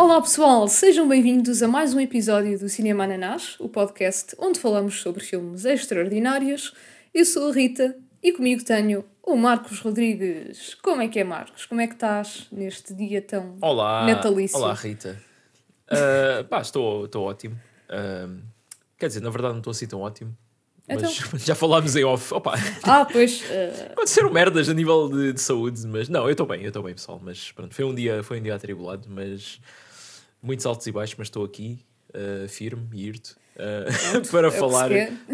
Olá pessoal, sejam bem-vindos a mais um episódio do Cinema Ananás, o podcast onde falamos sobre filmes extraordinários. Eu sou a Rita e comigo tenho o Marcos Rodrigues. Como é que é, Marcos? Como é que estás neste dia tão natalício? Olá Rita. Estou ótimo. Quer dizer, na verdade não estou assim tão ótimo. Mas Então? já falámos em off. Pois. Aconteceram merdas a nível de saúde, mas não, eu estou bem, pessoal. Mas pronto, foi um dia atribulado, mas muitos altos e baixos, mas estou aqui, firme e irto, para falar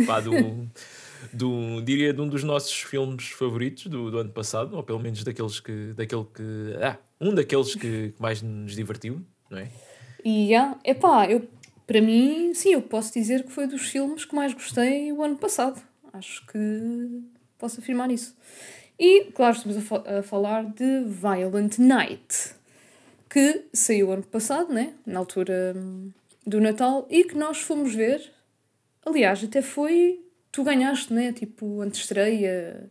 diria de um dos nossos filmes favoritos do ano passado, ou pelo menos um daqueles que mais nos divertiu, não é? Para mim, sim, eu posso dizer que foi dos filmes que mais gostei o ano passado. Acho que posso afirmar isso. E, claro, estamos a falar de Violent Night, que saiu ano passado, né? Na altura do Natal, e que nós fomos ver. Aliás, até foi... Tu ganhaste, né? Tipo, antestreia.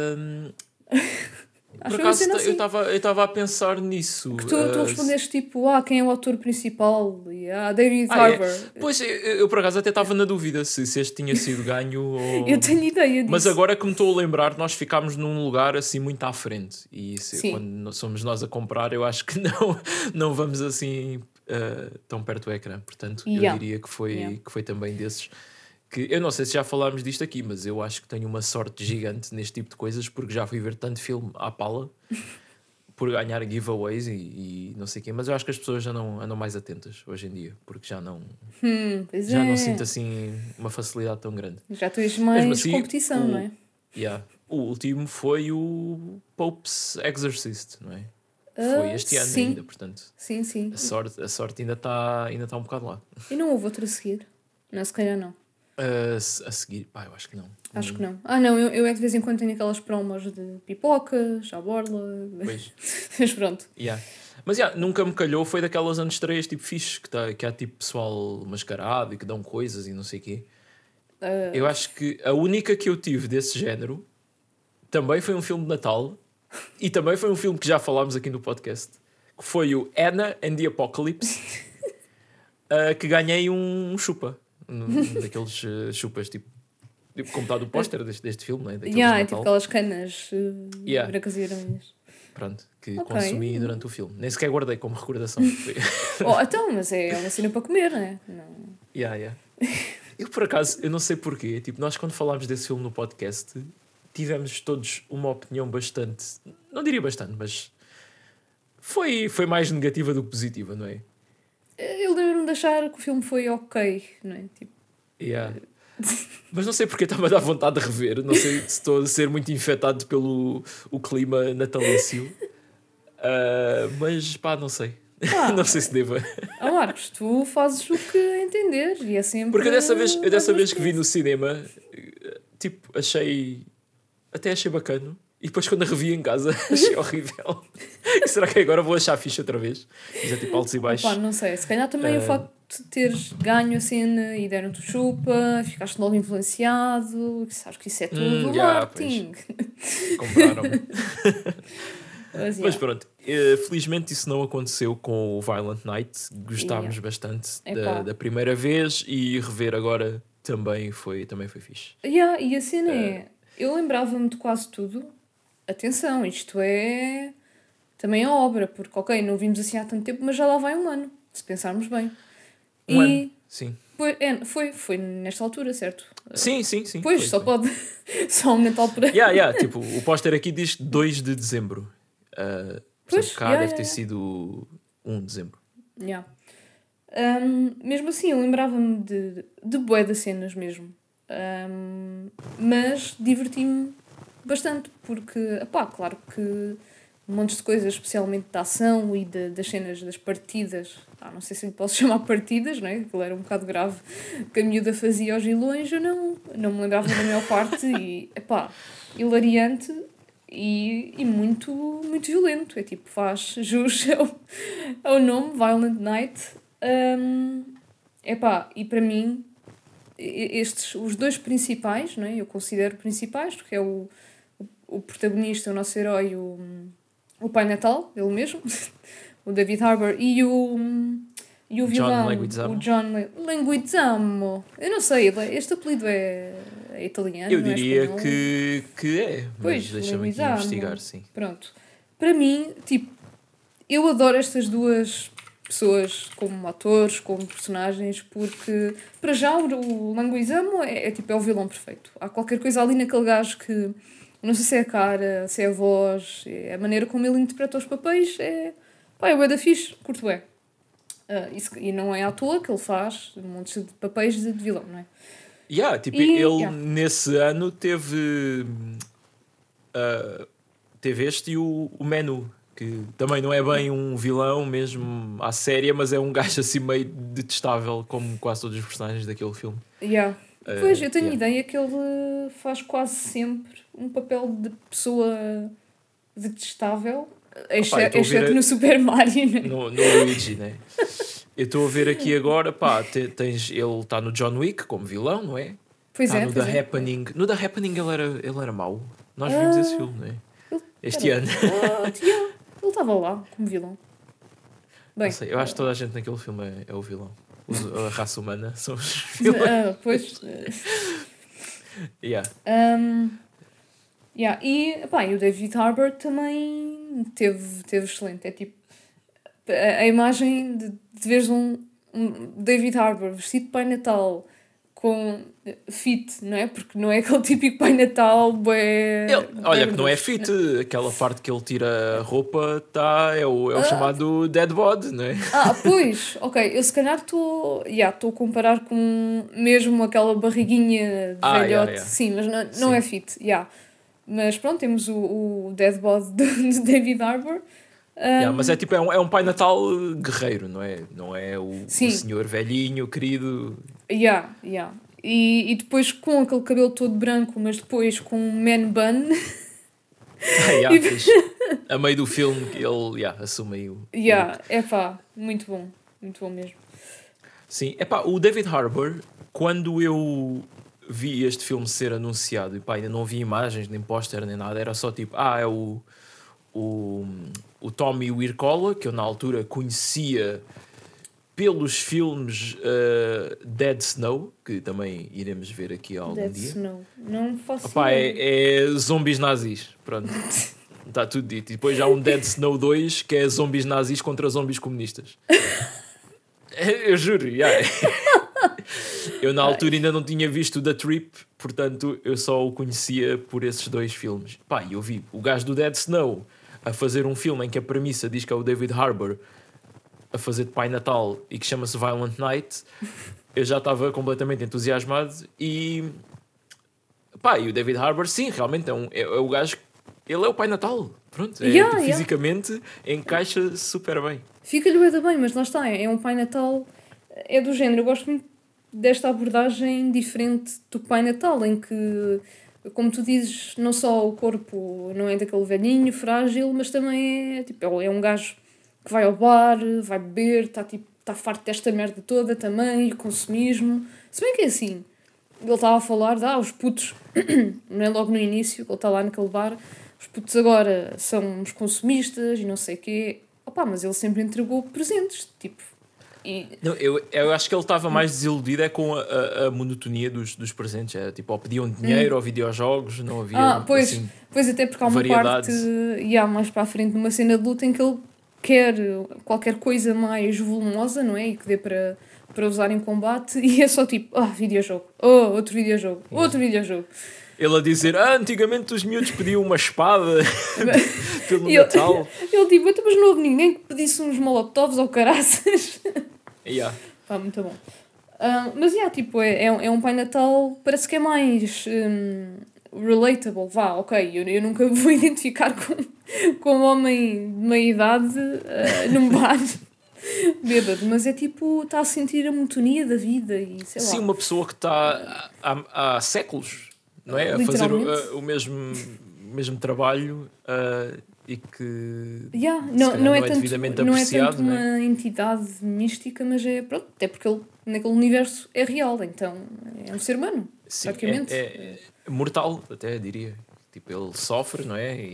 Por acaso eu estava a pensar nisso. Que tu respondeste tipo, quem é o autor principal? E David Harbour. É. Pois, eu por acaso até estava na dúvida se este tinha sido ganho ou... Eu tenho ideia disso. Mas agora que me estou a lembrar, nós ficámos num lugar assim muito à frente. E quando somos nós a comprar, eu acho que não vamos assim tão perto do ecrã. Portanto, eu diria que foi também desses... Que eu não sei se já falámos disto aqui, mas eu acho que tenho uma sorte gigante neste tipo de coisas, porque já fui ver tanto filme à pala por ganhar giveaways e não sei o quê, mas eu acho que as pessoas já não andam mais atentas hoje em dia, porque já não sinto assim uma facilidade tão grande. Já tens mais assim, competição, não é? O último foi o Pope's Exorcist, não é? Foi este ano ainda, portanto. Sim. A sorte ainda está um bocado lá. E não houve outro a seguir? Não, se calhar não. A seguir, eu acho que não. Acho que não. Não, eu é que de vez em quando tenho aquelas promos de pipocas, à borla. Pois. Mas pronto. Mas nunca me calhou, foi daquelas antestreias tipo fixe, que há tipo pessoal mascarado e que dão coisas e não sei o quê. Eu acho que a única que eu tive desse género também foi um filme de Natal e também foi um filme que já falámos aqui no podcast, que foi o Anna and the Apocalypse, que ganhei um chupa. Daqueles chupas tipo como está do póster deste filme, né? É tipo aquelas canas brancas e vermelhas. Pronto, que consumi durante o filme. Nem sequer guardei como recordação. Então, mas é uma cena para comer, não é? Eu por acaso, eu não sei porquê, tipo, nós quando falámos desse filme no podcast tivemos todos uma opinião bastante, não diria bastante, mas foi mais negativa do que positiva, não é? Eu lembro-me de achar que o filme foi ok, não é? Tipo... Mas não sei porque estava a dar vontade de rever. Não sei se estou a ser muito infectado pelo o clima natalício. Mas não sei. Não sei se deva. Marcos, tu fazes o que entenderes e é sempre... Porque eu dessa vez que vi no cinema, tipo, até achei bacana. E depois quando a revi em casa achei horrível. E será que agora vou achar fixe outra vez? E já tipo altos e baixos. Não sei, se calhar também o facto de teres ganho a cena e deram-te chupa, ficaste logo influenciado, sabes que isso é tudo marketing. Compraram-me. Mas pronto, felizmente isso não aconteceu com o Violent Night. Gostámos bastante da primeira vez e rever agora também foi fixe. E a cena eu lembrava-me de quase tudo. Atenção, isto é também a obra, porque não vimos assim há tanto tempo, mas já lá vai um ano, se pensarmos bem. Um ano, sim. Foi nesta altura, certo? Sim. Pois, pode. Só um Natal por aí. Tipo, o póster aqui diz 2 de dezembro. Portanto, deve ter sido 1 de dezembro. Mesmo assim, eu lembrava-me de bué de cenas mesmo. Mas diverti-me bastante, porque, claro que um monte de coisas, especialmente da ação e das cenas das partidas, não sei se lhe posso chamar partidas, não é? Aquilo era um bocado grave, que a miúda fazia aos vilões, eu não me lembrava da maior parte, e, hilariante e muito, muito violento, é tipo, faz jus ao nome, Violent Night. E para mim, os dois principais, não é? Eu considero principais, porque é o protagonista, o nosso herói, o Pai Natal, ele mesmo, o David Harbour, e o E o vilão, o John Leguizamo. Eu não sei, este apelido é italiano. Eu diria que é, mas deixa-me aqui investigar, sim. Pronto. Para mim, tipo, eu adoro estas duas pessoas como atores, como personagens, porque para já o Leguizamo é o vilão perfeito. Há qualquer coisa ali naquele gajo que, não sei se é a cara, se é a voz, é a maneira como ele interpreta os papéis, é bué da fixe, curto bué. E não é à toa que ele faz um monte de papéis de vilão, não é? Ele nesse ano teve este e o Menu, que também não é bem um vilão mesmo à séria, mas é um gajo assim meio detestável, como quase todos os personagens daquele filme. Pois, eu tenho ideia que ele faz quase sempre um papel de pessoa detestável, exceto no Super Mario, né? No Luigi, né? Eu estou a ver aqui agora, ele está no John Wick como vilão, não é? Pois é. No The Happening. No The Happening ele era mau. Nós vimos esse filme, não é? Este ano. Ele estava lá como vilão. Bem, não sei, eu acho que toda a gente naquele filme é o vilão. A raça humana são os vilões. Pois. E o David Harbour também teve excelente. É tipo a imagem de veres um David Harbour vestido de Pai Natal com fit, não é? Porque não é aquele típico Pai Natal olha que não é fit, aquela parte que ele tira a roupa é o chamado dead bod, não é? Pois, ok, eu se calhar estou a comparar com mesmo aquela barriguinha de velhote, sim, mas não é fit, mas pronto, temos o dead bod de David Harbour. Mas é um Pai Natal guerreiro, não é? Não é o senhor velhinho, querido. E depois com aquele cabelo todo branco, mas depois com um man bun. A meio do filme ele assume aí o muito bom mesmo. Sim, o David Harbour, quando eu vi este filme ser anunciado, e ainda não vi imagens, nem póster, nem nada, era só tipo, é o Tommy Wirkola, que eu na altura conhecia pelos filmes Dead Snow, que também iremos ver aqui algum dia. Dead Snow, não faço é zombies nazis, pronto, está tudo dito. E depois já um Dead Snow 2, que é zombies nazis contra zombies comunistas. Eu juro, Eu na altura ainda não tinha visto The Trip, portanto eu só o conhecia por esses dois filmes. Eu vi o gajo do Dead Snow a fazer um filme em que a premissa diz que é o David Harbour a fazer de Pai Natal e que chama-se Violent Night. Eu já estava completamente entusiasmado e o David Harbour, sim, realmente é o gajo, ele é o Pai Natal, pronto, fisicamente encaixa super bem. Fica-lhe bem, mas lá está, é um Pai Natal, é do género, eu gosto muito desta abordagem diferente do Pai Natal, em que, como tu dizes, não só o corpo não é daquele velhinho frágil, mas também é um gajo que vai ao bar, vai beber, está farto desta merda toda também, consumismo. Se bem que é assim, ele estava a falar os putos, não é logo no início, que ele está lá naquele bar, os putos agora são uns consumistas e não sei o quê. Mas ele sempre entregou presentes, Não, eu acho que ele estava mais desiludido com a monotonia dos presentes. Era ou pediam dinheiro ou videojogos, não havia pois até porque há uma parte mais para a frente numa cena de luta em que ele quer qualquer coisa mais volumosa, não é? E que dê para usar em combate, e é só videojogo, outro videojogo, outro videojogo. Ele a dizer, antigamente os miúdos pediam uma espada pelo Natal. Ele mas não houve ninguém que pedisse uns molotovs ou caraças. Muito bom. Mas é um Pai Natal, parece que é mais relatable, eu nunca vou identificar com um homem de meia idade num bar bêbado, mas está a sentir a monotonia da vida e sei lá. Sim, uma pessoa que está há séculos, não é? A fazer o mesmo trabalho e que não é devidamente apreciado. Não é tanto uma entidade mística, mas até porque ele naquele universo é real, então é um ser humano. Sim, praticamente. É mortal, até diria. Ele sofre, não é? E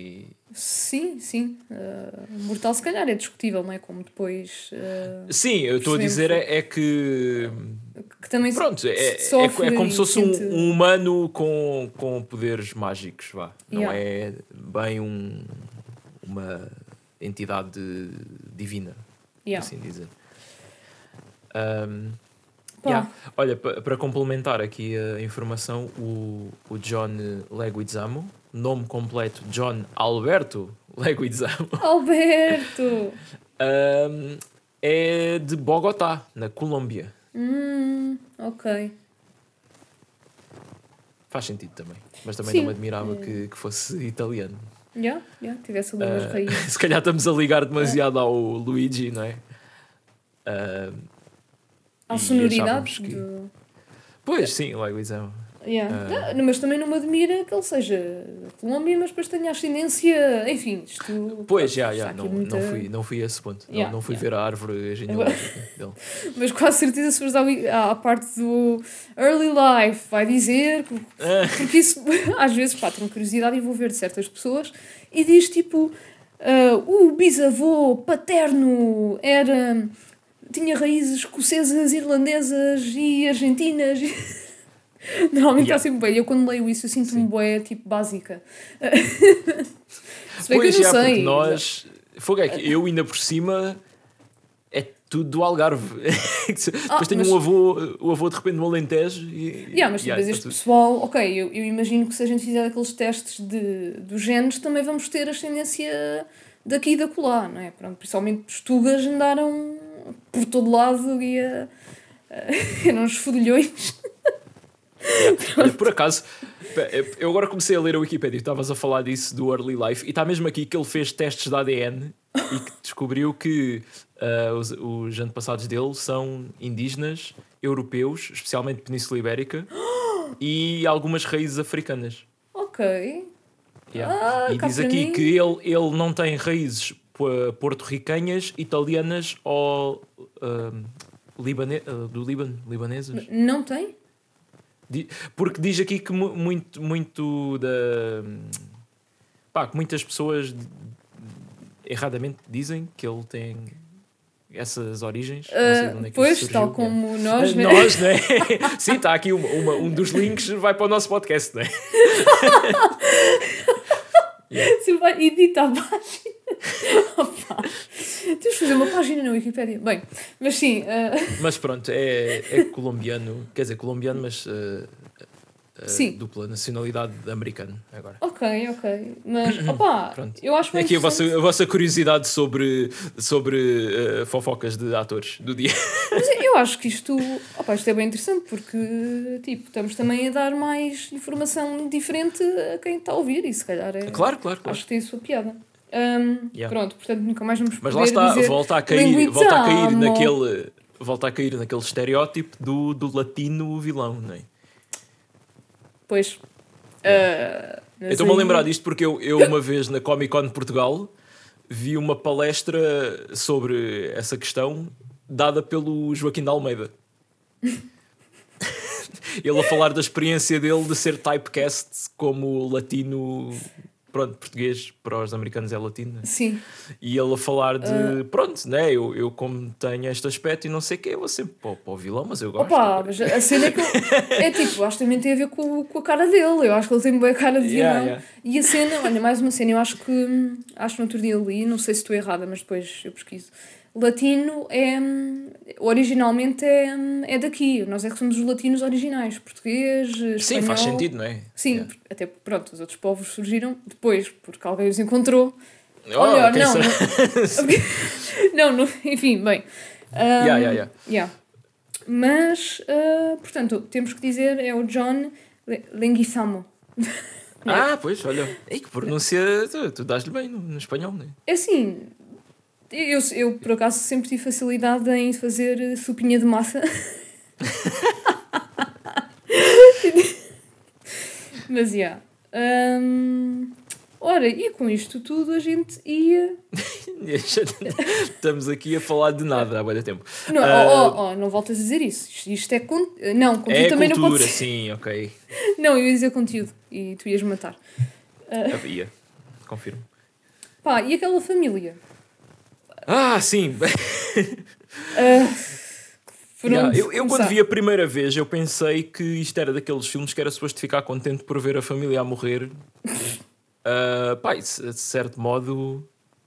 Sim, sim. Mortal se calhar é discutível, não é? Como depois... sim, eu estou a dizer é que também pronto, sofre é como se fosse sente... um humano com poderes mágicos, vá. Não é bem uma entidade divina, assim dizer. Olha, para complementar aqui a informação, o John Leguizamo, nome completo John Alberto Leguizamo. Alberto! É de Bogotá, na Colômbia. Ok. Faz sentido também. Mas também não me admirava que fosse italiano. Tivesse ali umas raízes. Se calhar estamos a ligar demasiado ao Luigi, não é? À sonoridade do... Pois, sim, Leguizamo. Mas também não me admira que ele seja da Colômbia, mas depois tenha ascendência, enfim, isto... Pois, não fui a esse ponto. Não fui ver a árvore genealógica dele. Mas com certeza se fores à parte do early life vai dizer, porque isso às vezes tenho curiosidade e vou ver de certas pessoas e diz tipo, o bisavô paterno tinha raízes escocesas, irlandesas e argentinas. Normalmente está sempre bem. Eu quando leio isso eu sinto-me bué, tipo, básica. Se bem pois, que eu não sei. Porque nós... Eu ainda por cima... É tudo do Algarve. Depois tenho o avô de repente no Alentejo e... mas este pessoal... Ok, eu imagino que se a gente fizer aqueles testes dos genes também vamos ter ascendência daqui e da colar, não é? Pronto, principalmente os tugas andaram por todo lado e eram uns fodilhões. Olha, por acaso, eu agora comecei a ler a Wikipédia e estavas a falar disso do early life e está mesmo aqui que ele fez testes de ADN e que descobriu que os antepassados dele são indígenas, europeus, especialmente Península Ibérica e algumas raízes africanas. Ok. E diz aqui que ele não tem raízes porto-ricanhas, italianas ou do Líbano, libanesas. Não tem? Porque diz aqui que muito da... que muitas pessoas erradamente dizem que ele tem essas origens. Não sei de onde é que pois, isso surgiu, tal como nós, né? Nós, né? Sim, está aqui um dos links, vai para o nosso podcast, né? Você vai editar a página. Opa. Temos de fazer uma página na Wikipédia. Bem, mas sim. Mas pronto, é colombiano, quer dizer, colombiano, mas dupla nacionalidade americana agora. Ok. Mas, eu acho que aqui a vossa curiosidade sobre fofocas de atores do dia. Mas eu acho que isto é bem interessante porque, tipo, estamos também a dar mais informação diferente a quem está a ouvir e se calhar Claro. Acho que tem a sua piada. Pronto, portanto nunca mais vamos poder mas lá está, dizer volta a cair naquele estereótipo do latino vilão, não é? Pois. Eu estou-me a lembrar disto porque eu uma vez na Comic Con de Portugal vi uma palestra sobre essa questão dada pelo Joaquim de Almeida. Ele a falar da experiência dele de ser typecast como latino, português para os americanos é latino, né? Sim. E ele a falar de, né? Eu como tenho este aspecto e não sei o que, eu vou sempre para o vilão, mas eu gosto. Mas a cena é que acho que também tem a ver com a cara dele. Eu acho que ele tem boa cara de vilão. E a cena, olha, mais uma cena, eu acho que no outro dia ali, não sei se estou errada, mas depois eu pesquiso. Latino originalmente é daqui. Nós é que somos os latinos originais. Português, espanhol... Sim, faz sentido, não é? Sim, até pronto, os outros povos surgiram depois, porque alguém os encontrou. Olha, não, enfim, bem. Mas, portanto, temos que dizer, é o John Leguizamo. Pois, olha. Que pronúncia, tu dás-lhe bem no espanhol, não é? É assim... Eu, por acaso, sempre tive facilidade em fazer sopinha de massa. Mas, ora, e com isto tudo a gente ia... Estamos aqui a falar de nada há muito tempo. Não voltas a dizer isso. Isto é... Não, conteúdo é também cultura, não pode ser. Sim, Não, eu ia dizer conteúdo e tu ias matar. Ia, confirmo. Pá, e aquela família? Sim! Eu quando vi a primeira vez, eu pensei que isto era daqueles filmes que era suposto ficar contente por ver a família a morrer. De certo modo...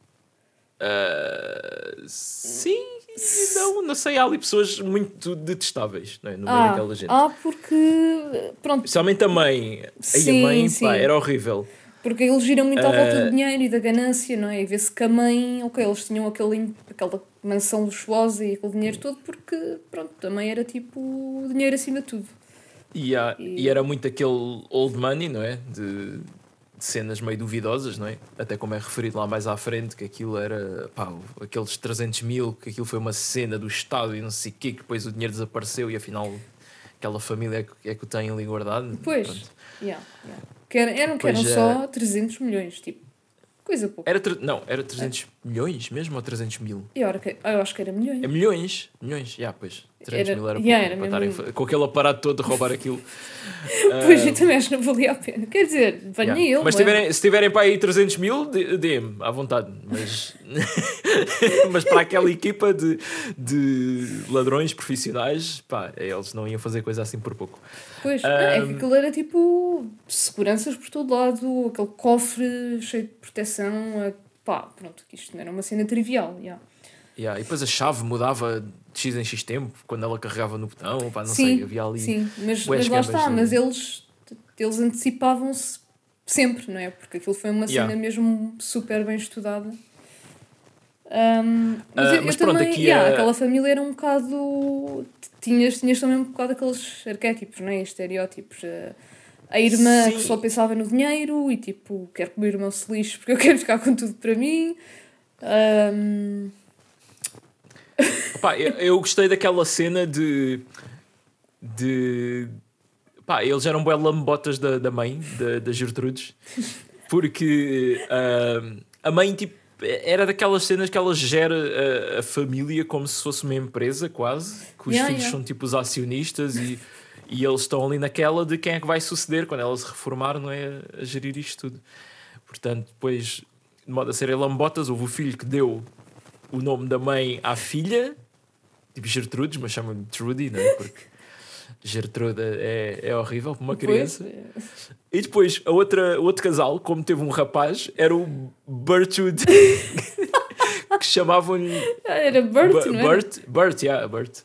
sim, não sei, há ali pessoas muito detestáveis, não é? No meio daquela gente. Porque... Pronto. Especialmente a mãe. Sim, a mãe, sim. Era horrível. Porque eles giram muito à volta do dinheiro e da ganância, não é? E vê-se que a mãe, eles tinham aquela mansão luxuosa e aquele dinheiro todo porque, pronto, a mãe era tipo o dinheiro acima de tudo. E era muito aquele old money, não é? De cenas meio duvidosas, não é? Até como é referido lá mais à frente, que aquilo era, aqueles 300 mil, que aquilo foi uma cena do Estado e não sei o quê, que depois o dinheiro desapareceu e afinal aquela família é que o tem ali guardado. Pois, que eram só 300 milhões, tipo, coisa pouca. Era 300 milhões mesmo ou 300 mil? Eu acho que era milhões. É milhões? Pois. 300 mil era pouco para estarem com aquele aparato todo a roubar aquilo. Pois, eu também acho que não valia a pena. Quer dizer, venha ele. Mas se tiverem para aí 300 mil, dê-me, à vontade. Mas para aquela equipa de ladrões profissionais, eles não iam fazer coisa assim por pouco. Pois, é que aquilo era tipo seguranças por todo lado, aquele cofre cheio de proteção. Pronto, isto não era uma cena trivial. E depois a chave mudava de X em X tempo, quando ela carregava no botão, não sei, havia ali... Sim, mas lá está, mas eles antecipavam-se sempre, não é? Porque aquilo foi uma cena mesmo super bem estudada. Mas pronto, também, aqui aquela família era um bocado... Tinhas também um bocado aqueles arquétipos, não é? Estereótipos. A irmã que só pensava no dinheiro e tipo, quero que o meu irmão se lixe porque eu quero ficar com tudo para mim. Eu gostei daquela cena de eles eram bué lambotas da mãe, da Gertrudes, porque a mãe tipo, era daquelas cenas que ela gera a família como se fosse uma empresa quase, que os filhos são tipo os acionistas e eles estão ali naquela de quem é que vai suceder quando ela se reformar, não é? A gerir isto tudo. Portanto, depois, de modo a serem lambotas, houve o filho que deu o nome da mãe à filha, tipo Gertrudes, mas chamam-lhe Trudy, não é? Porque Gertrude é horrível para uma criança. E depois, o outro casal, como teve um rapaz, era o Bertrude, que chamavam-lhe... Era Bert, não é? Bert.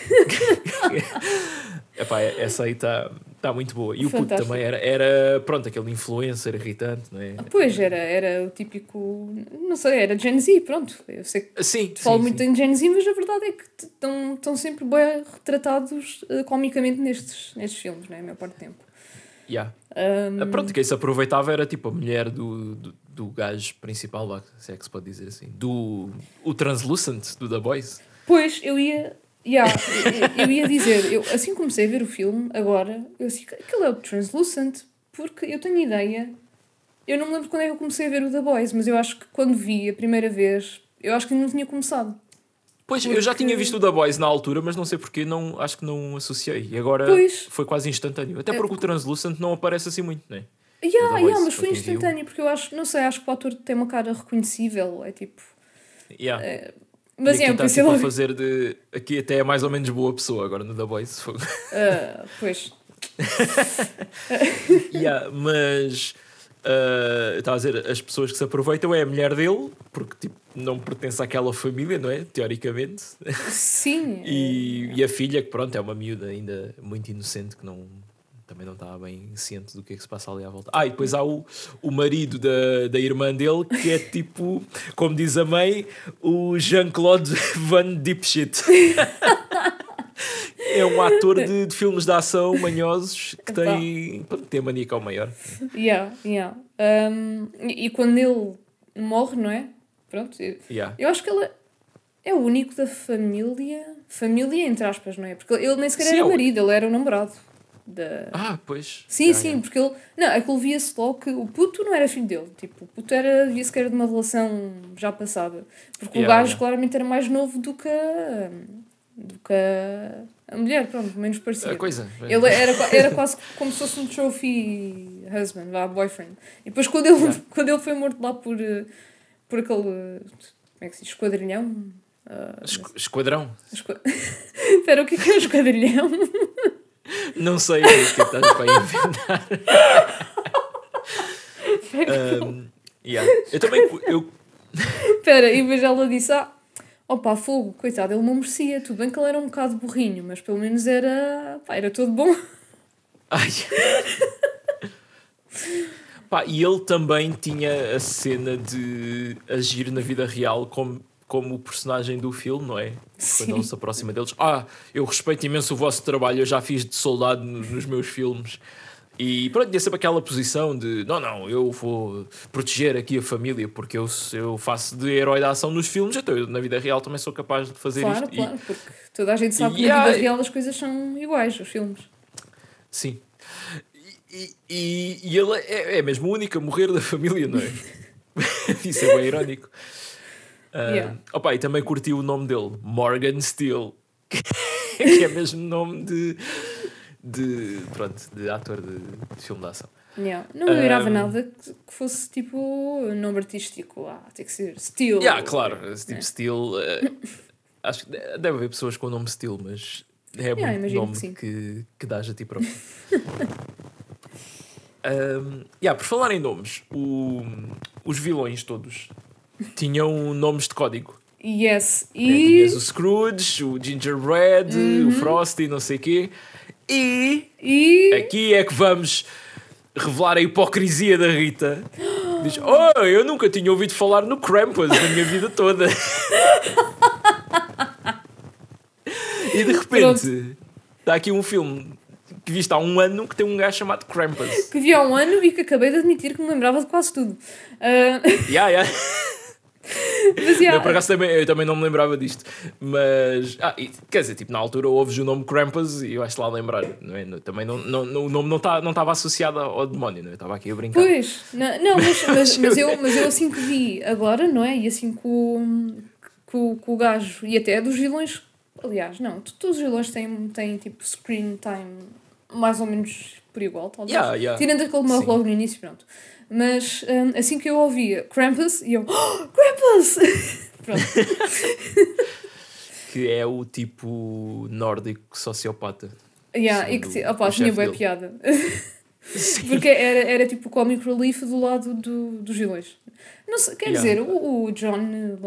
Essa aí está muito boa. E fantástico. O puto também era pronto, aquele influencer irritante, não é? Pois, era o típico... Não sei, era Gen Z, pronto. Eu sei que falo muito em Gen Z, mas a verdade é que estão sempre bem retratados comicamente nestes filmes, não é? A maior parte do tempo. Pronto, quem se aproveitava era tipo a mulher do gajo principal lá, se é que se pode dizer assim. O Translucent, do The Boys. Pois, eu ia dizer, assim comecei a ver o filme, agora, eu disse que aquilo é o Translucent, porque eu tenho ideia, eu não me lembro quando é que eu comecei a ver o The Boys, mas eu acho que quando vi a primeira vez, eu acho que ainda não tinha começado. Pois, eu já tinha visto o The Boys na altura, mas não sei porquê, acho que não associei. E agora foi quase instantâneo. Até porque o Translucent não aparece assim muito, não é? Mas foi instantâneo, porque eu acho que o ator tem uma cara reconhecível, é tipo... Mas aqui está tipo a fazer de... Aqui até é mais ou menos boa pessoa agora no The Boys. Pois. Mas... estava a dizer, as pessoas que se aproveitam é a mulher dele, porque tipo, não pertence àquela família, não é? Teoricamente. Sim. E a filha, que pronto, é uma miúda ainda muito inocente, que também não está bem ciente do que é que se passa ali à volta. E depois há o marido da irmã dele, que é tipo, como diz a mãe, o Jean-Claude Van Dipshit. É um ator de filmes de ação manhosos que tem a mania que é o maior. E quando ele morre, não é? Pronto. Eu acho que ele é o único da família entre aspas, não é? Porque ele nem sequer era marido, ele era o namorado. Pois. Sim, porque ele... Não, aquilo via-se logo que o puto não era filho dele. Tipo, o puto via-se que era de uma relação já passada. Porque o gajo claramente era mais novo do que a mulher, pronto, menos parecia. Ele era quase como se fosse um trophy husband, boyfriend. E depois quando ele foi morto lá por aquele, como é que se diz, esquadrilhão? Esquadrão? Espera, o que é um esquadrilhão? Não sei o que estás para inventar. Eu também... Espera, e depois ela disse, opa, fogo, coitado, ele não merecia. Tudo bem que ele era um bocado burrinho, mas pelo menos era todo bom. Ai. Pá, e ele também tinha a cena de agir na vida real como o personagem do filme, não é? Sim. Quando ele se aproxima deles. Eu respeito imenso o vosso trabalho, eu já fiz de soldado nos meus filmes. E pronto, tinha sempre aquela posição de não, eu vou proteger aqui a família porque eu faço de herói da ação nos filmes, então eu na vida real também sou capaz de fazer isto. Claro, porque toda a gente sabe que na vida real as coisas são iguais, os filmes. Sim. E ele é mesmo o único a morrer da família, não é? Isso é bem irónico. E também curti o nome dele, Morgan Steele, que é mesmo nome de ator de filme de ação. Não me virava nada que fosse tipo nome artístico. Tem que ser Steele. Claro, tipo Steele. Acho que deve haver pessoas com o nome Steele, mas é muito nome que dás a ti próprio. Por falar em nomes, os vilões todos tinham nomes de código. Yes. Tinhas o Scrooge, o Gingerbread, o Frosty, não sei o quê. E aqui é que vamos revelar a hipocrisia da Rita. Diz, eu nunca tinha ouvido falar no Krampus na minha vida toda. E de repente está aqui um filme que viste há um ano que tem um gajo chamado Krampus. Que vi há um ano e que acabei de admitir que me lembrava de quase tudo. Mas, não, por acaso eu também não me lembrava disto. Mas, quer dizer, tipo, na altura ouves o nome Krampus e eu acho lá lembrar, não é? Também o nome não estava associado ao demónio, não é? Eu estava aqui a brincar. Pois, mas eu assim que vi agora, não é? E assim com o gajo, e até dos vilões, aliás, não, todos os vilões têm tipo screen time mais ou menos por igual, talvez. Tirando aquele que morre logo no início, pronto. Mas assim que eu ouvia Krampus, e eu, Krampus! Pronto. Que é o tipo nórdico sociopata. E que tinha boa piada. Porque era tipo o comic relief do lado dos vilões. Não sei, quer dizer, o John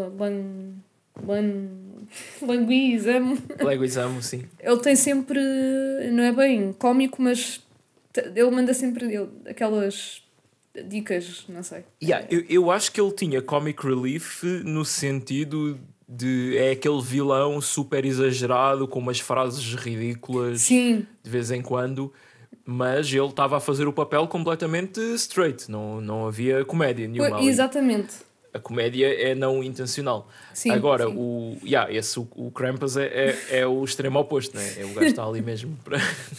Leguizamo, sim. Ele tem sempre, não é bem cómico, mas ele manda sempre aquelas dicas, não sei. Eu acho que ele tinha comic relief no sentido de é aquele vilão super exagerado com umas frases ridículas. Sim. De vez em quando, mas ele estava a fazer o papel completamente straight, não havia comédia nenhuma ali. Exatamente. A comédia é não intencional. Sim, agora sim. O Krampus é o extremo oposto, não é? O gajo está ali mesmo para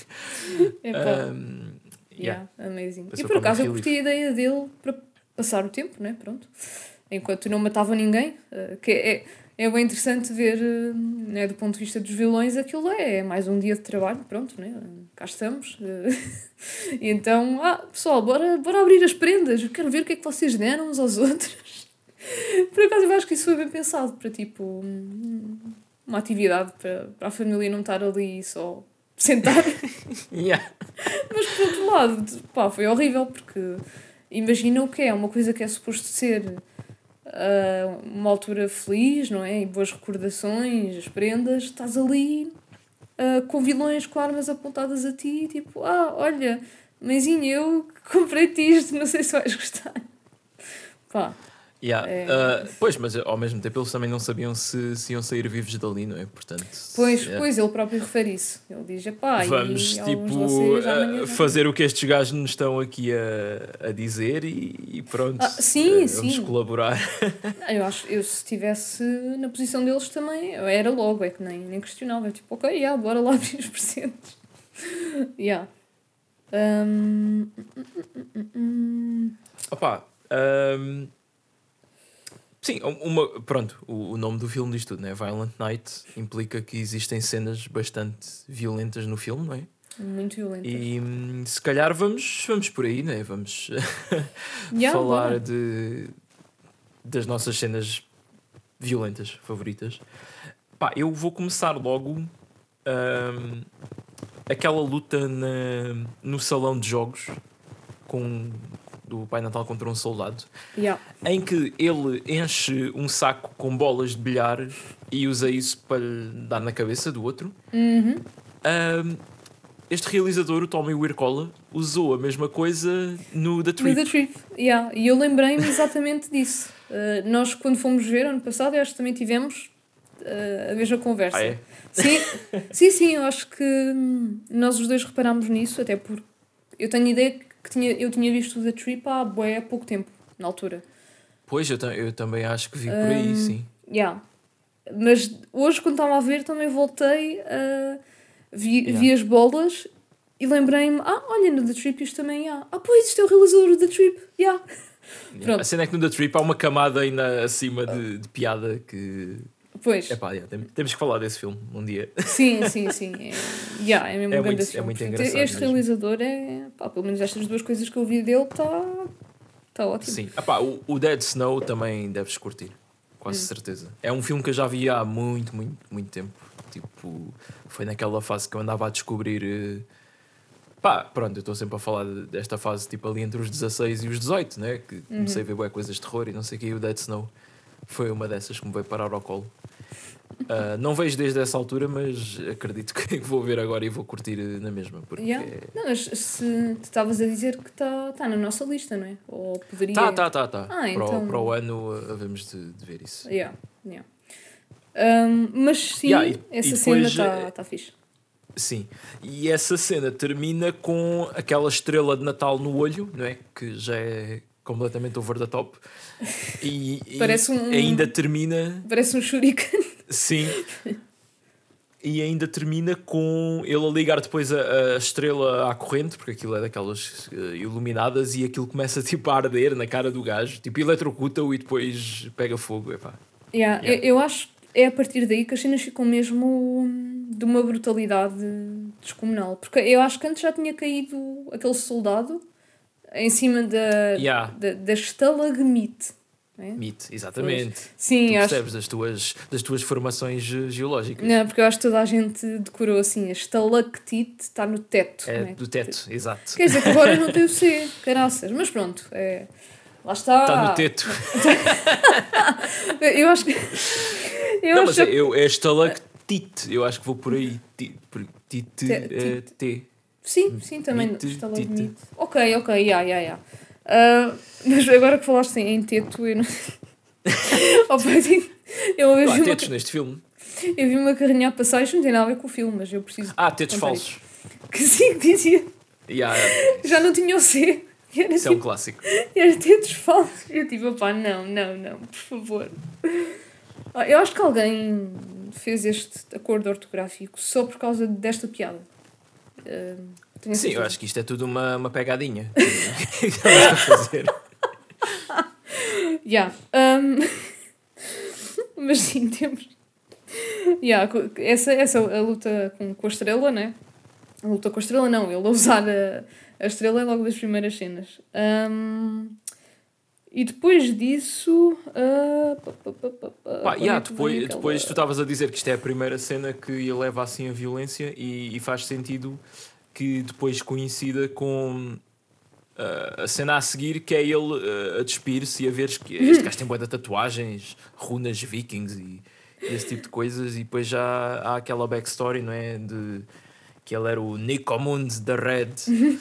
amazing. E por acaso eu curti a ideia dele para passar o tempo, né? Pronto. Enquanto não matava ninguém, que é bem interessante ver, né, do ponto de vista dos vilões, aquilo é mais um dia de trabalho, pronto, né? Cá estamos. E então, pessoal, bora abrir as prendas, eu quero ver o que é que vocês deram uns aos outros. Por acaso eu acho que isso foi bem pensado para tipo uma atividade para a família não estar ali só sentar. Mas por outro lado, foi horrível porque imagina o que é uma coisa que é suposto ser uma altura feliz, não é? E boas recordações, as prendas, estás ali com vilões com armas apontadas a ti, tipo, olha, mãezinha, eu comprei-te isto, não sei se vais gostar. Pois, mas ao mesmo tempo eles também não sabiam se iam sair vivos dali, não é? Portanto, pois, ele próprio refere isso. Ele diz, vamos fazer o que estes gajos nos estão aqui a dizer e pronto, vamos colaborar. Eu acho que se estivesse na posição deles também, era logo, é que nem questionava, tipo, bora lá abrir os presentes. Sim, o nome do filme diz tudo, né? Violent Night implica que existem cenas bastante violentas no filme, não é? Muito violentas. E se calhar vamos por aí, né? Vamos falar de das nossas cenas violentas favoritas. Pá, eu vou começar logo aquela luta no salão de jogos do Pai Natal contra um soldado, em que ele enche um saco com bolas de bilhar e usa isso para lhe dar na cabeça do outro. Este realizador, o Tommy Wirkola, usou a mesma coisa no The Trip. No The Trip, e eu lembrei-me exatamente disso. Nós, quando fomos ver ano passado, eu acho que também tivemos a mesma conversa. Ah, é? Sim, eu acho que nós os dois reparámos nisso, até porque eu tenho a ideia que eu tinha visto o The Trip há pouco tempo, na altura. Pois, eu também acho que vi por aí, sim. Mas hoje, quando estava a ver, também voltei vi as bolas e lembrei-me, olha, no The Trip isto também há. Pois, isto é o realizador do The Trip, Pronto. A cena é que no The Trip há uma camada ainda acima de piada que... Pois. Temos que falar desse filme um dia. Sim. É mesmo um grande filme. É muito engraçado. Este realizador pelo menos estas duas coisas que eu vi dele está ótimo. Sim. O Dead Snow também deves curtir, quase certeza. É um filme que eu já vi há muito, muito, muito tempo. Tipo, foi naquela fase que eu andava a descobrir... pronto, eu estou sempre a falar desta fase tipo ali entre os 16 e os 18, né? Que comecei a ver coisas de terror e não sei o que, e o Dead Snow foi uma dessas que me veio parar ao colo. Não vejo desde essa altura, mas acredito que vou ver agora e vou curtir na mesma. Porque Não, mas se tu estavas a dizer que está na nossa lista, não é? Ou poderia... Tá. Então... Para o ano havemos de ver isso. Mas sim, essa cena está fixe. Sim, e essa cena termina com aquela estrela de Natal no olho, não é? Que já é completamente over the top. E ainda termina... Parece um shuriken. Sim. E ainda termina com ele a ligar depois a estrela à corrente, porque aquilo é daquelas iluminadas, e aquilo começa tipo a arder na cara do gajo, tipo eletrocuta-o e depois pega fogo. Eu acho que é a partir daí que as cenas ficam mesmo de uma brutalidade descomunal, porque eu acho que antes já tinha caído aquele soldado em cima da estalagmite. Mite, exatamente. Sim, tu percebes das tuas formações geológicas. Não, porque eu acho que toda a gente decorou assim, a estalactite está no teto. Do teto, exato. Quer dizer que agora não tem o C, caraças, mas pronto, lá está. Está no teto. Eu acho que... é estalactite, eu acho que vou por aí. T. Sim, também estalagmite. Ok, mas agora que falaste em teto, eu não... Há tetos neste filme. Eu vi uma carrinha a passar, isto não tem nada a ver com o filme, mas eu preciso... tetos falsos. Que sim, que dizia. Já não tinha o C. Isso é um clássico. Era tetos falsos. Eu tipo, não, por favor. Eu acho que alguém fez este acordo ortográfico só por causa desta piada. Sim, eu acho que isto é tudo uma pegadinha. que estamos a fazer. Mas sim, temos... Essa a luta com a estrela, né? A luta com a estrela não, ele a usar a estrela é logo das primeiras cenas. E depois disso... depois tu estavas a dizer que isto é a primeira cena que eleva assim a violência e faz sentido que depois coincida com a cena a seguir, que é ele a despir-se e a ver que este gajo tem bué de tatuagens, runas vikings e esse tipo de coisas, e depois já há aquela backstory, não é? De que ele era o Necromund the Red.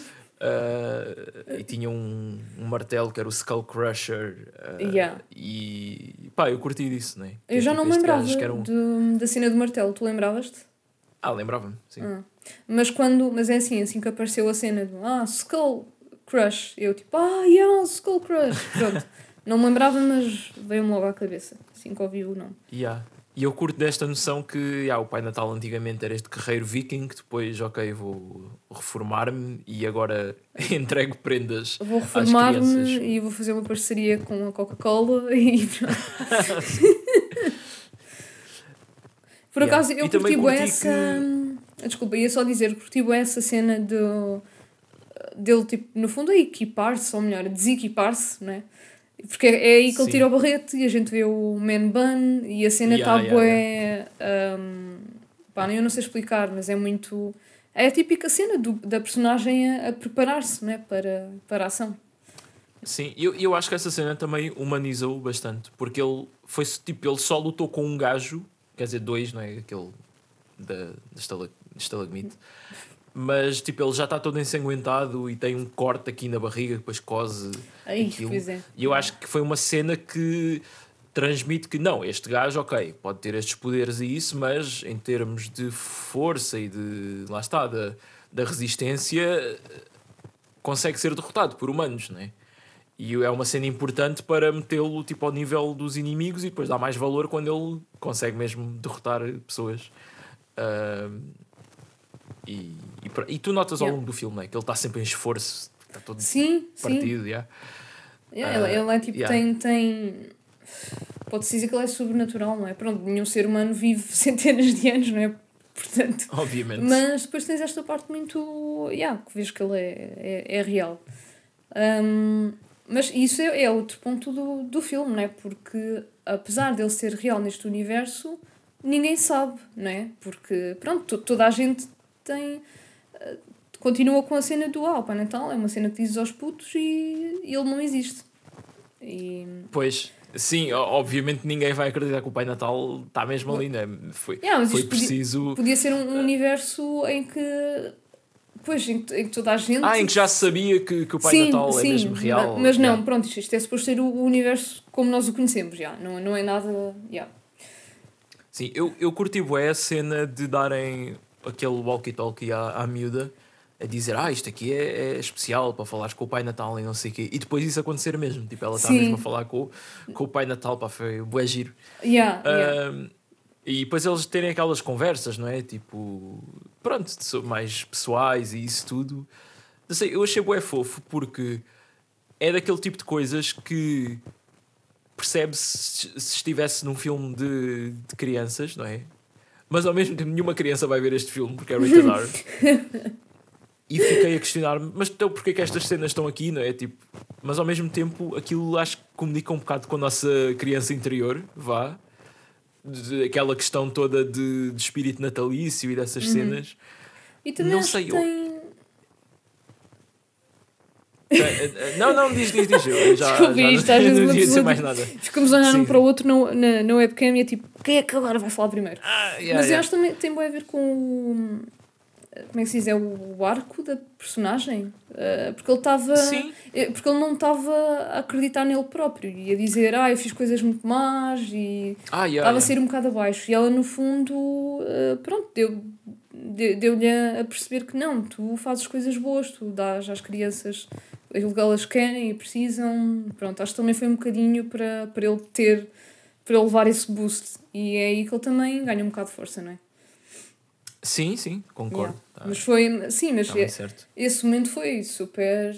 E tinha um martelo que era o Skull Crusher. E eu curti disso, não é? Eu já não me lembrava da cena do martelo, tu lembravas-te? Lembrava-me, sim. Mas é assim que apareceu a cena do Skull Crush, eu tipo, Skull Crush, pronto. Não me lembrava, mas veio-me logo à cabeça, assim que ouvi o nome. E eu curto desta noção que o Pai Natal antigamente era este guerreiro viking, que depois, vou reformar-me e agora entrego prendas às crianças. Vou reformar-me e vou fazer uma parceria com a Coca-Cola e Por acaso, eu curti essa... Desculpa, ia só dizer, curti essa cena dele, tipo, no fundo, a equipar-se, ou melhor, a desequipar-se, não é? Porque é aí que ele tira o barrete e a gente vê o man bun e a cena está bué... Pá, eu não sei explicar, mas é muito... É a típica cena da personagem a preparar-se, né, para a ação. Sim, eu acho que essa cena também humanizou bastante, porque ele foi tipo, ele só lutou com um gajo, quer dizer, dois, não é? Aquele da estalagmite, mas tipo, ele já está todo ensanguentado e tem um corte aqui na barriga, depois cose aquilo. Pois é. E eu acho que foi uma cena que transmite que não, este gajo, ok, pode ter estes poderes e isso, mas em termos de força e de, lá está, da resistência, consegue ser derrotado por humanos, não é? E é uma cena importante para metê-lo tipo, ao nível dos inimigos e depois dá mais valor quando ele consegue mesmo derrotar pessoas. E tu notas ao longo do filme, né, que ele está sempre em esforço, está todo partido. Sim. Ele é tipo, tem... Pode-se dizer que ele é sobrenatural, não é? Pronto, nenhum ser humano vive centenas de anos, não é? Portanto, obviamente. Mas depois tens esta parte muito... que vês que ele é real. Mas isso é outro ponto do filme, não é? Porque apesar dele ser real neste universo, ninguém sabe, não é? Porque, pronto, toda a gente tem... continua com a cena do o Pai Natal é uma cena que dizes aos putos e ele não existe. Pois... Sim, obviamente ninguém vai acreditar que o Pai Natal está mesmo ali, né? Foi preciso... Podia ser um universo em que... Pois, em que toda a gente... em que já se sabia que o Pai Natal é mesmo real. Mas não, pronto, isto é suposto ser o universo como nós o conhecemos, não é nada... Sim, eu curti bué a cena de darem aquele walkie-talkie à miúda, a dizer, isto aqui é especial para falares com o Pai Natal e não sei o quê. E depois isso acontecer mesmo. Tipo, ela está mesmo a falar com o Pai Natal, pá, foi bué giro. E depois eles terem aquelas conversas, não é? Tipo, pronto, mais pessoais e isso tudo. Não sei, eu achei bué fofo porque é daquele tipo de coisas que percebe-se se estivesse num filme de crianças, não é? Mas ao mesmo tempo nenhuma criança vai ver este filme porque é rated R. E fiquei a questionar-me, mas então porquê que estas cenas estão aqui, não é? Tipo, mas ao mesmo tempo aquilo acho que comunica um bocado com a nossa criança interior, aquela questão toda de espírito natalício e dessas cenas. E também não sei, tem... Não, diz. Eu já não devia dizer mais nada. Ficamos a olhar um para o outro na webcam e é tipo, quem é que agora vai falar primeiro? Mas eu acho que também tem bem a ver com o... Como é que se diz? É o arco da personagem? Porque ele estava... Porque ele não estava a acreditar nele próprio e a dizer, eu fiz coisas muito más e estava a sair um bocado abaixo. E ela, no fundo, pronto, deu-lhe a perceber que não, tu fazes coisas boas, tu dás às crianças aquilo que elas querem e precisam. Pronto, acho que também foi um bocadinho para ele levar esse boost. E é aí que ele também ganha um bocado de força, não é? Sim, concordo. Mas foi... Sim, mas esse momento foi super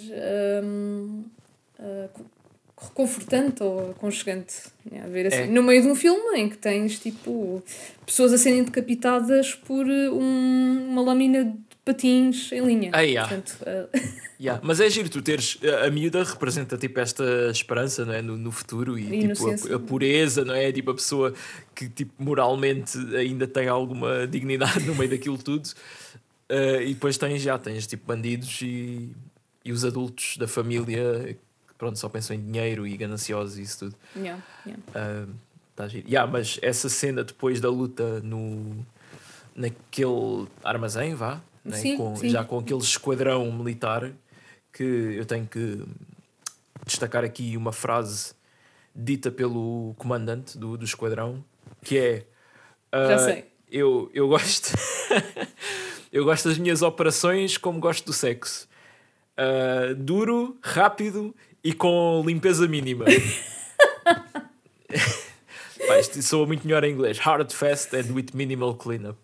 reconfortante ou aconchegante. A ver assim, no meio de um filme em que tens tipo pessoas a serem decapitadas por uma lâmina de patins em linha. Portanto, Mas é giro tu teres... A miúda representa tipo esta esperança, não é? No futuro e tipo, a pureza, não é? Tipo a pessoa que tipo, moralmente ainda tem alguma dignidade no meio daquilo tudo. E depois tens tipo bandidos e os adultos da família que pronto, só pensam em dinheiro e gananciosos e isso tudo. Tá giro. Mas essa cena depois da luta naquele armazém, né? Sim. Já com aquele esquadrão militar, que eu tenho que destacar aqui uma frase dita pelo comandante do esquadrão, que é já sei. Eu gosto eu gosto das minhas operações como gosto do sexo, duro, rápido e com limpeza mínima. Isto soa muito melhor em inglês. Hard, fast and with minimal cleanup.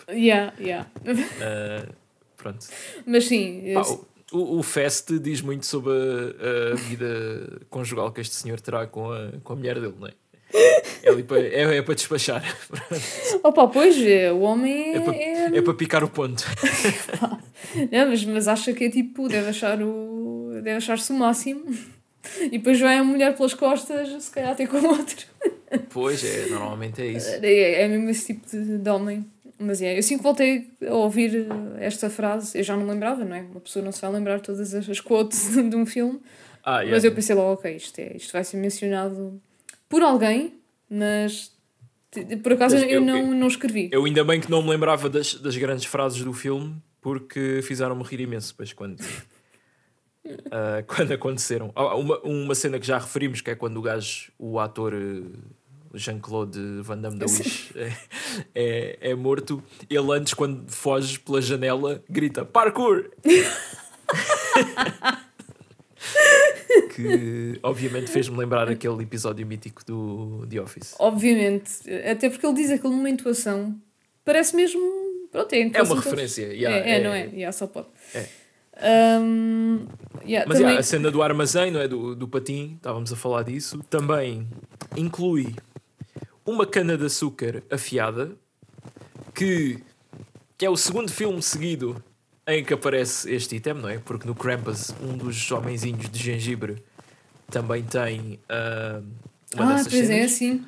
Pronto. Mas sim... O fast diz muito sobre a vida conjugal que este senhor terá com a mulher dele, não é? É para despachar. Pois, o homem é para picar o ponto. Não, mas acha que é tipo, deve achar-se o máximo. E depois vem a mulher pelas costas, se calhar até com outro. Pois normalmente é isso. É mesmo esse tipo de homem. Mas eu sim que voltei a ouvir esta frase, eu já não lembrava, não é? Uma pessoa não se vai lembrar todas as quotes de um filme. Mas eu pensei logo, ok, isto vai ser mencionado por alguém, mas por acaso eu não escrevi. Eu ainda bem que não me lembrava das grandes frases do filme, porque fizeram-me rir imenso depois quando aconteceram. Uma cena que já referimos, que é quando o ator Jean-Claude Van Damme da Wish é morto. Ele antes, quando foge pela janela, grita parkour! Que obviamente fez-me lembrar aquele episódio mítico do The Office. Obviamente, até porque ele diz aquilo numa intuação, parece mesmo, pronto, é uma referência. Não é? Só pode. Mas também... a cena do armazém, não é? Do patim, estávamos a falar disso, também inclui uma cana de açúcar afiada, que é o segundo filme seguido em que aparece este item, não é? Porque no Krampus, um dos homenzinhos de gengibre também tem uma dessas cenas. É, sim.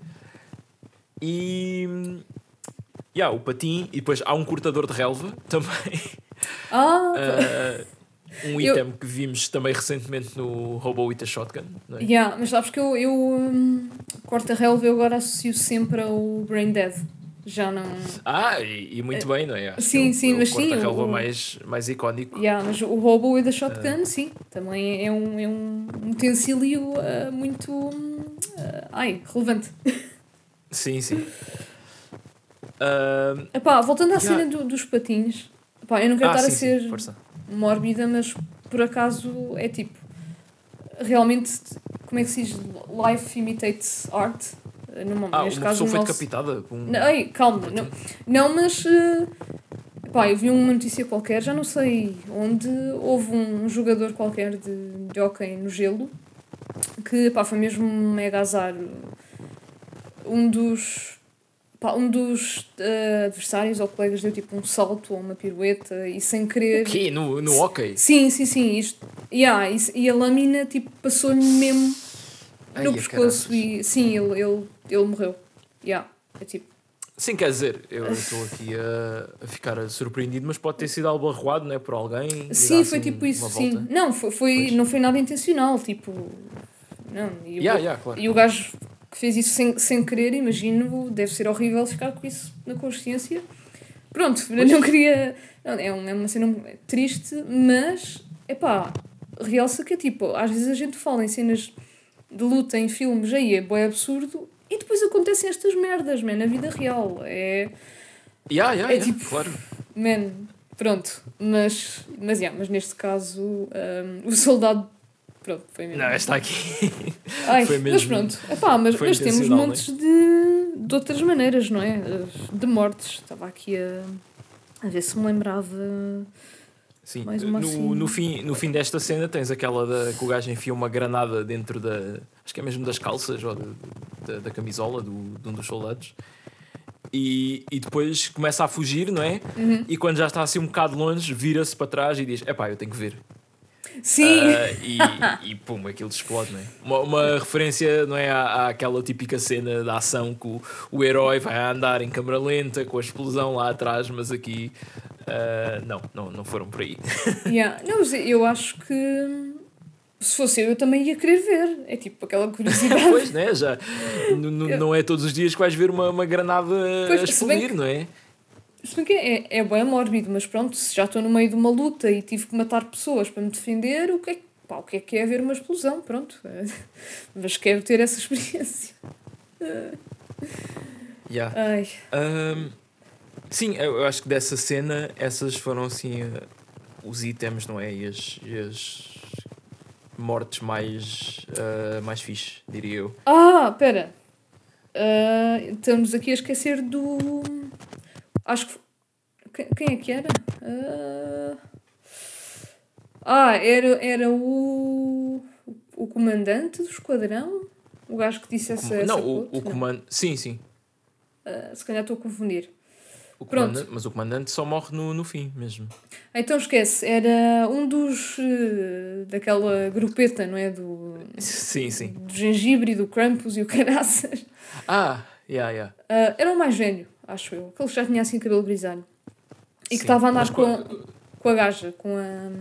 E o patim, e depois há um cortador de relva também. Um item que vimos também recentemente no Hobo with a Shotgun, não é? Mas sabes que eu corto a relva, eu agora associo sempre ao Brain Dead. Já não... e muito bem, não é? Sim, mas sim. O corta-relva mais icónico. Mas o Hobo with a Shotgun, sim. Também é um utensílio muito... relevante. Sim. Voltando à cena dos patins... eu não quero estar a ser mórbida, mas por acaso é tipo... Realmente, como é que se diz? Life imitates art... uma pessoa foi decapitada? Calma. Não, mas... eu vi uma notícia qualquer, já não sei onde, houve um jogador qualquer de hóquei no gelo que foi mesmo um mega azar. Um dos adversários ou colegas deu tipo um salto ou uma pirueta e sem querer... O quê? No hóquei? Sim. E a lâmina tipo passou-lhe mesmo no pescoço e sim, ele morreu. É tipo... Sim, quer dizer, eu estou aqui a ficar surpreendido, mas pode ter sido algo arruado, não é? Por alguém. Sim, foi tipo isso, sim. Não foi nada intencional, tipo... Não, claro. E o gajo que fez isso sem querer, imagino, deve ser horrível ficar com isso na consciência. Pronto, não queria... Não, é uma cena triste, mas, realça que é tipo, às vezes a gente fala em cenas de luta em filmes, aí é bué absurdo, e depois acontecem estas merdas, na vida real. É tipo, claro. Pronto, mas neste caso, o soldado, pronto, foi mesmo. Não, está aqui. Foi mesmo, mas pronto, mas temos montes de outras maneiras, não é? De mortes. Estava aqui a ver se me lembrava. Sim, no fim desta cena tens aquela que o gajo enfia uma granada dentro acho que é mesmo das calças ou da camisola de um dos soldados e depois começa a fugir, não é? Uhum. E quando já está assim um bocado longe, vira-se para trás e diz, eu tenho que ver. Sim. E pum, aquilo explode, não é? Uma referência, não é, àquela típica cena da ação que o herói vai andar em câmara lenta com a explosão lá atrás, mas aqui não foram por aí. Não, eu acho que se fosse eu também ia querer ver. É tipo aquela curiosidade. Pois, né? Já não é todos os dias que vais ver uma granada a explodir, não é? Se bem que é bem mórbido, mas pronto, se já estou no meio de uma luta e tive que matar pessoas para me defender, o que é ver uma explosão? Pronto. Mas quero ter essa experiência. Sim, eu acho que dessa cena, essas foram assim os itens, não é? E as mortes mais fixe, diria eu. Espera. Estamos aqui a esquecer do... Acho que... Quem é que era? Era o comandante do esquadrão? O gajo que disse essa o comando... Sim. Se calhar estou a confundir. Mas o comandante só morre no fim mesmo. Então esquece, era um dos... daquela grupeta, não é? Sim. Do gengibre, do Krampus e o caraças. Yeah. Era o mais velho, acho eu. Aquele que já tinha assim cabelo grisalho. E que estava a andar com a gaja, com a...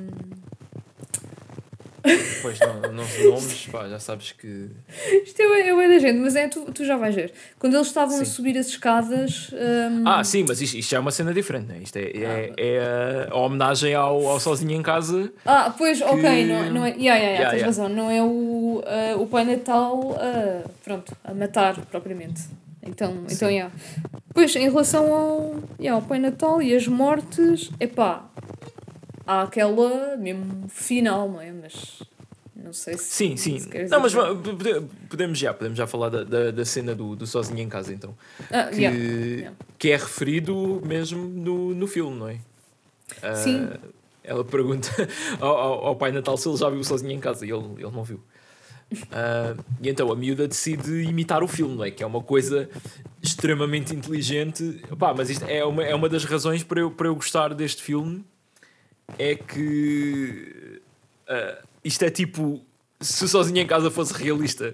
Pois não nomes, pá, já sabes que... Isto é da gente, mas tu já vais ver. Quando eles estavam a subir as escadas... sim, mas isto é uma cena diferente, não é? Isto é a homenagem ao Sozinho em Casa. Pois, ok, não é... Tens razão, não é o Pai Natal a matar propriamente. Então. Pois, em relação ao Pai Natal e as mortes, há aquela mesmo final, não é? Mas não sei se... Sim. Não, mas podemos já falar da cena do Sozinho em Casa, então. Que é referido mesmo no filme, não é? Sim. Ela pergunta ao Pai Natal se ele já viu Sozinho em Casa e ele não viu. E então a miúda decide imitar o filme, não é? Que é uma coisa extremamente inteligente. Mas isto é uma das razões para eu gostar deste filme. É que isto é tipo se o Sozinho em Casa fosse realista.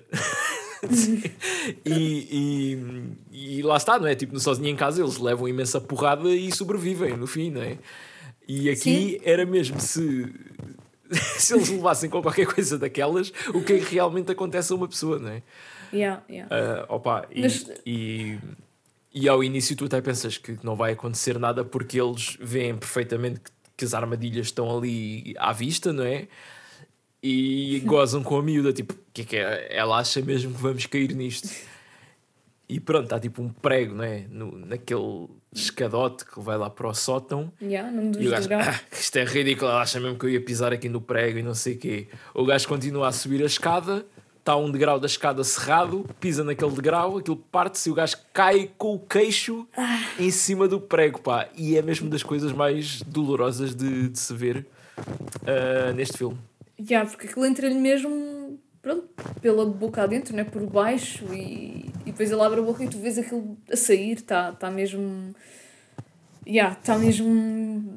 e lá está, não é? Tipo, no Sozinho em Casa eles levam imensa porrada e sobrevivem no fim, não é? E aqui era mesmo se eles levassem com qualquer coisa daquelas, o que é que realmente acontece a uma pessoa, não é? E ao início tu até pensas que não vai acontecer nada porque eles veem perfeitamente que as armadilhas estão ali à vista, não é? E gozam com a miúda, tipo, o que é? Ela acha mesmo que vamos cair nisto. E pronto, está tipo um prego, não é? Naquele escadote que vai lá para o sótão. E o gajo, isto é ridículo, ela acha mesmo que eu ia pisar aqui no prego e não sei o quê. O gajo continua a subir a escada, está um degrau da escada cerrado, pisa naquele degrau, aquilo parte-se e o gajo cai com o queixo em cima do prego, pá. E é mesmo das coisas mais dolorosas de se ver neste filme. Porque aquilo entra-lhe mesmo, pronto, pela boca adentro, né? Por baixo e depois ele abre a boca e tu vês aquilo a sair, está mesmo... Está mesmo...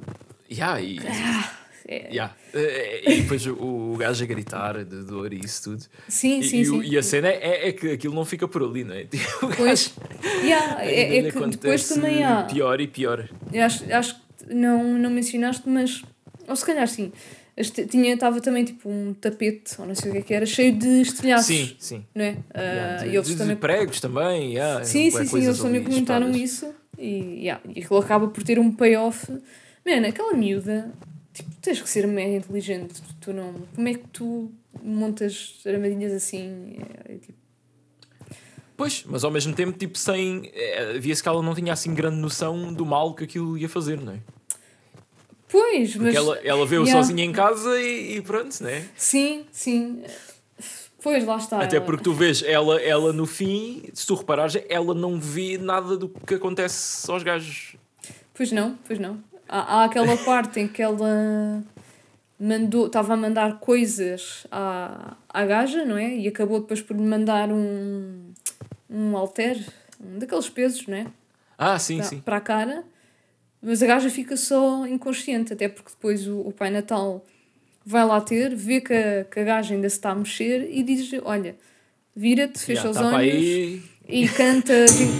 E depois o gajo a gritar de dor e isso tudo. Sim. E a cena é que aquilo não fica por ali, não é? Pois, é que depois também há... Pior e pior. Acho que não mencionaste, mas... Ou se calhar sim. Estava também tipo um tapete, ou não sei o que era, cheio de estilhaços. Sim. Não é? De também... pregos também. Sim, eles também comentaram isso. E aquilo acaba por ter um payoff. Mano, aquela miúda, tipo, tens que ser mega inteligente. Tu não... Como é que tu montas armadilhas assim? Tipo... Pois, mas ao mesmo tempo, tipo, via-se que ela não tinha assim grande noção do mal que aquilo ia fazer, não é? Pois, porque mas... ela vê-o sozinha em casa e pronto, não é? Sim. Pois, lá está. Até porque tu vês ela no fim, se tu reparares, ela não vê nada do que acontece aos gajos. Pois não. Há aquela parte em que ela estava a mandar coisas à gaja, não é? E acabou depois por lhe mandar um halter, um daqueles pesos, não é? Sim. Para a cara. Mas a gaja fica só inconsciente, até porque depois o Pai Natal vai lá vê que a gaja ainda se está a mexer e diz, olha, vira-te, fecha os olhos e canta...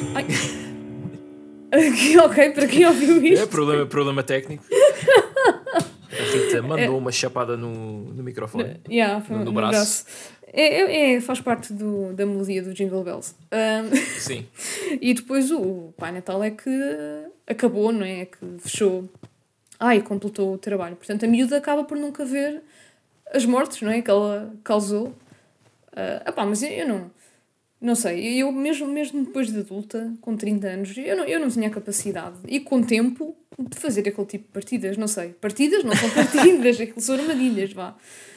Ok, para quem ouviu isto? É problema técnico. A Rita mandou uma chapada no microfone, no braço. Faz parte da melodia do Jingle Bells. Sim. E depois o Pai Natal é que acabou, não é? É que fechou. E completou o trabalho. Portanto, a miúda acaba por nunca ver as mortes, não é? Que ela causou. Mas eu não sei. Eu mesmo depois de adulta, com 30 anos, eu não tinha capacidade. E com tempo de fazer aquele tipo de partidas. Não sei. Partidas não são partidas. Aquilo são armadilhas, vá.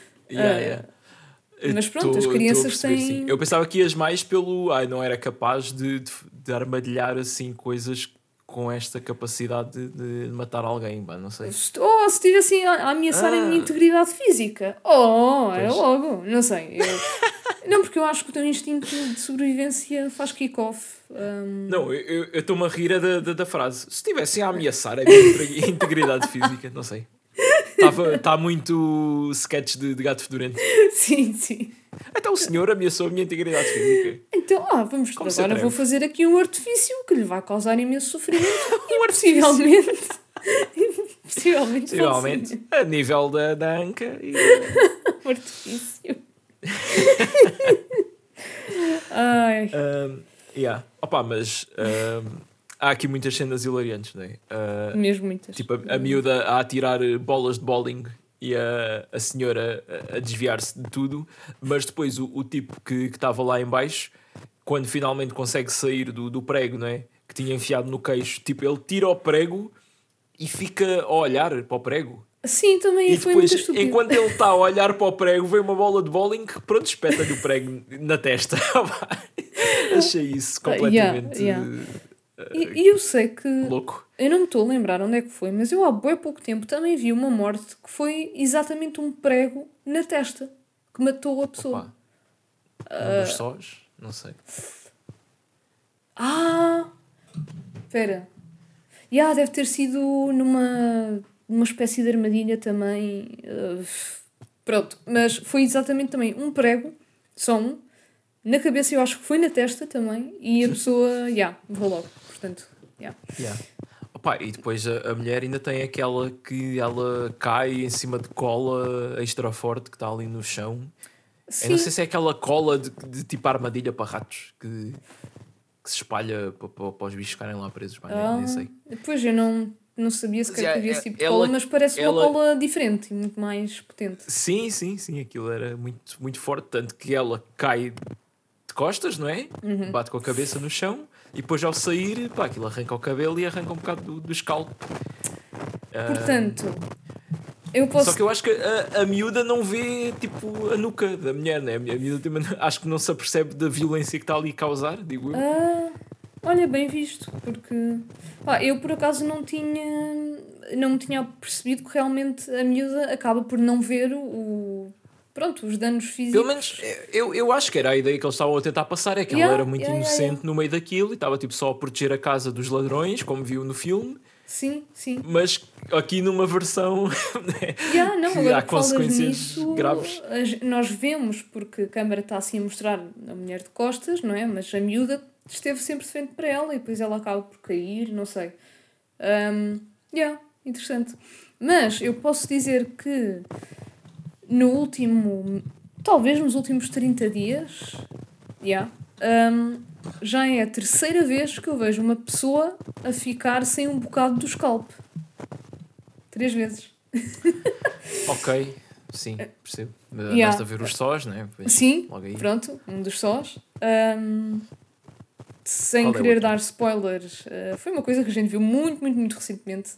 Mas pronto, as crianças têm... Sim. Eu pensava que ias mais pelo... não era capaz de armadilhar assim coisas com esta capacidade de matar alguém, não sei. Se estivesse assim a ameaçar a minha integridade física. Era logo. Não sei. Não, porque eu acho que o teu instinto de sobrevivência faz kick-off. Não, eu estou-me a rir da frase. Se estivessem a ameaçar a minha integridade física, não sei. Está muito sketch de gato fedorento. Sim, sim. Então o senhor ameaçou a minha integridade física. Então, vamos Como agora vou fazer aqui um artifício que lhe vai causar imenso sofrimento. Possivelmente. Possivelmente. A nível da anca. E... um artifício. Ai. Yeah. Opa, mas há aqui muitas cenas hilariantes, não é? Mesmo muitas. Tipo, a miúda a atirar bolas de bowling e a senhora a desviar-se de tudo, mas depois o tipo que estava lá em baixo, quando finalmente consegue sair do prego, não é? Que tinha enfiado no queixo, tipo, ele tira o prego e fica a olhar para o prego. Sim, também e foi depois, muito estúpido. enquanto ele está a olhar para o prego, vem uma bola de bowling que, pronto, espeta-lhe o prego na testa. Achei isso completamente... E eu sei que... louco. Eu não me estou a lembrar onde é que foi, mas eu há bem pouco tempo também vi uma morte que foi exatamente um prego na testa que matou a pessoa. Um dos sós? Não sei. Espera. Deve ter sido numa espécie de armadilha também. Pronto, mas foi exatamente também um prego, só um, na cabeça, eu acho que foi na testa também, e a pessoa, morreu logo. Portanto, Opa, e depois a mulher ainda tem aquela que ela cai em cima de cola extra forte que está ali no chão. Sim. Eu não sei se é aquela cola de tipo armadilha para ratos que se espalha para os bichos ficarem lá presos. Nem sei. Depois eu não sabia sequer que havia esse tipo de cola, mas parece uma cola diferente e muito mais potente. Sim, aquilo era muito, muito forte, tanto que ela cai de costas, não é? Uhum. Bate com a cabeça no chão e depois ao sair, aquilo arranca o cabelo e arranca um bocado do scalp. Portanto, eu posso... Só que eu acho que a miúda não vê tipo a nuca da mulher, né? A miúda acho que não se apercebe da violência que está ali a causar, digo eu. Olha, bem visto, porque eu por acaso não me tinha percebido que realmente a miúda acaba por não ver os danos físicos. Pelo menos eu acho que era a ideia que eles estavam a tentar passar, é que ela era muito inocente no meio daquilo e estava tipo só a proteger a casa dos ladrões, como viu no filme. Sim. Mas aqui numa versão né, que há consequências graves. Nós vemos, porque a câmara está assim a mostrar a mulher de costas, não é? Mas a miúda esteve sempre de frente para ela e depois ela acaba por cair, não sei. Interessante. Mas eu posso dizer que talvez nos últimos 30 dias, já é a terceira vez que eu vejo uma pessoa a ficar sem um bocado do scalp. 3 vezes. Ok, sim, percebo. Basta ver os sós, né? Pois, sim, pronto, um dos sós. Sem querer dar spoilers, foi uma coisa que a gente viu muito, muito, muito recentemente.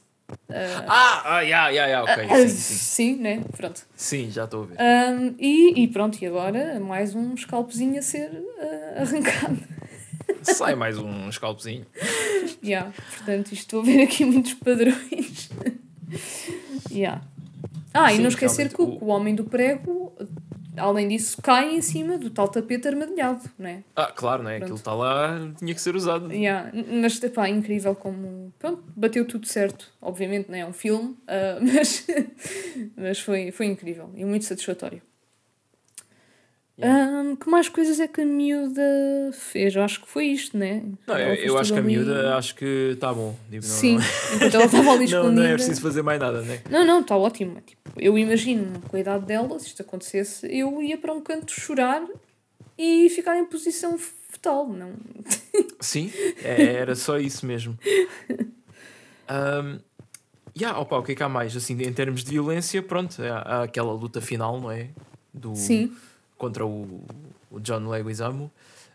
Ok. Sim, né? Pronto. Sim, já estou a ver. E pronto, e agora mais um scalpzinho a ser arrancado. Sai mais um scalpzinho. Portanto, estou a ver aqui muitos padrões. E não esquecer que o homem do prego, além disso, cai em cima do tal tapete armadilhado, não é? Claro, não é? Aquilo está lá, tinha que ser usado. Mas, incrível como... Pronto, bateu tudo certo. Obviamente, não é um filme, mas foi incrível e muito satisfatório. Que mais coisas é que a miúda fez? Eu acho que foi isto, não é? Não, eu acho que a miúda acho que está bom. Sim, enquanto ela estava ali escondida. Não é preciso fazer mais nada, não é? Não, está ótimo. Eu imagino, com a idade dela, se isto acontecesse, eu ia para um canto chorar e ficar em posição fetal, não? Sim, era só isso mesmo. O que é que há mais? Assim, em termos de violência, pronto, há aquela luta final, não é? Sim. Contra o John Leguizamo.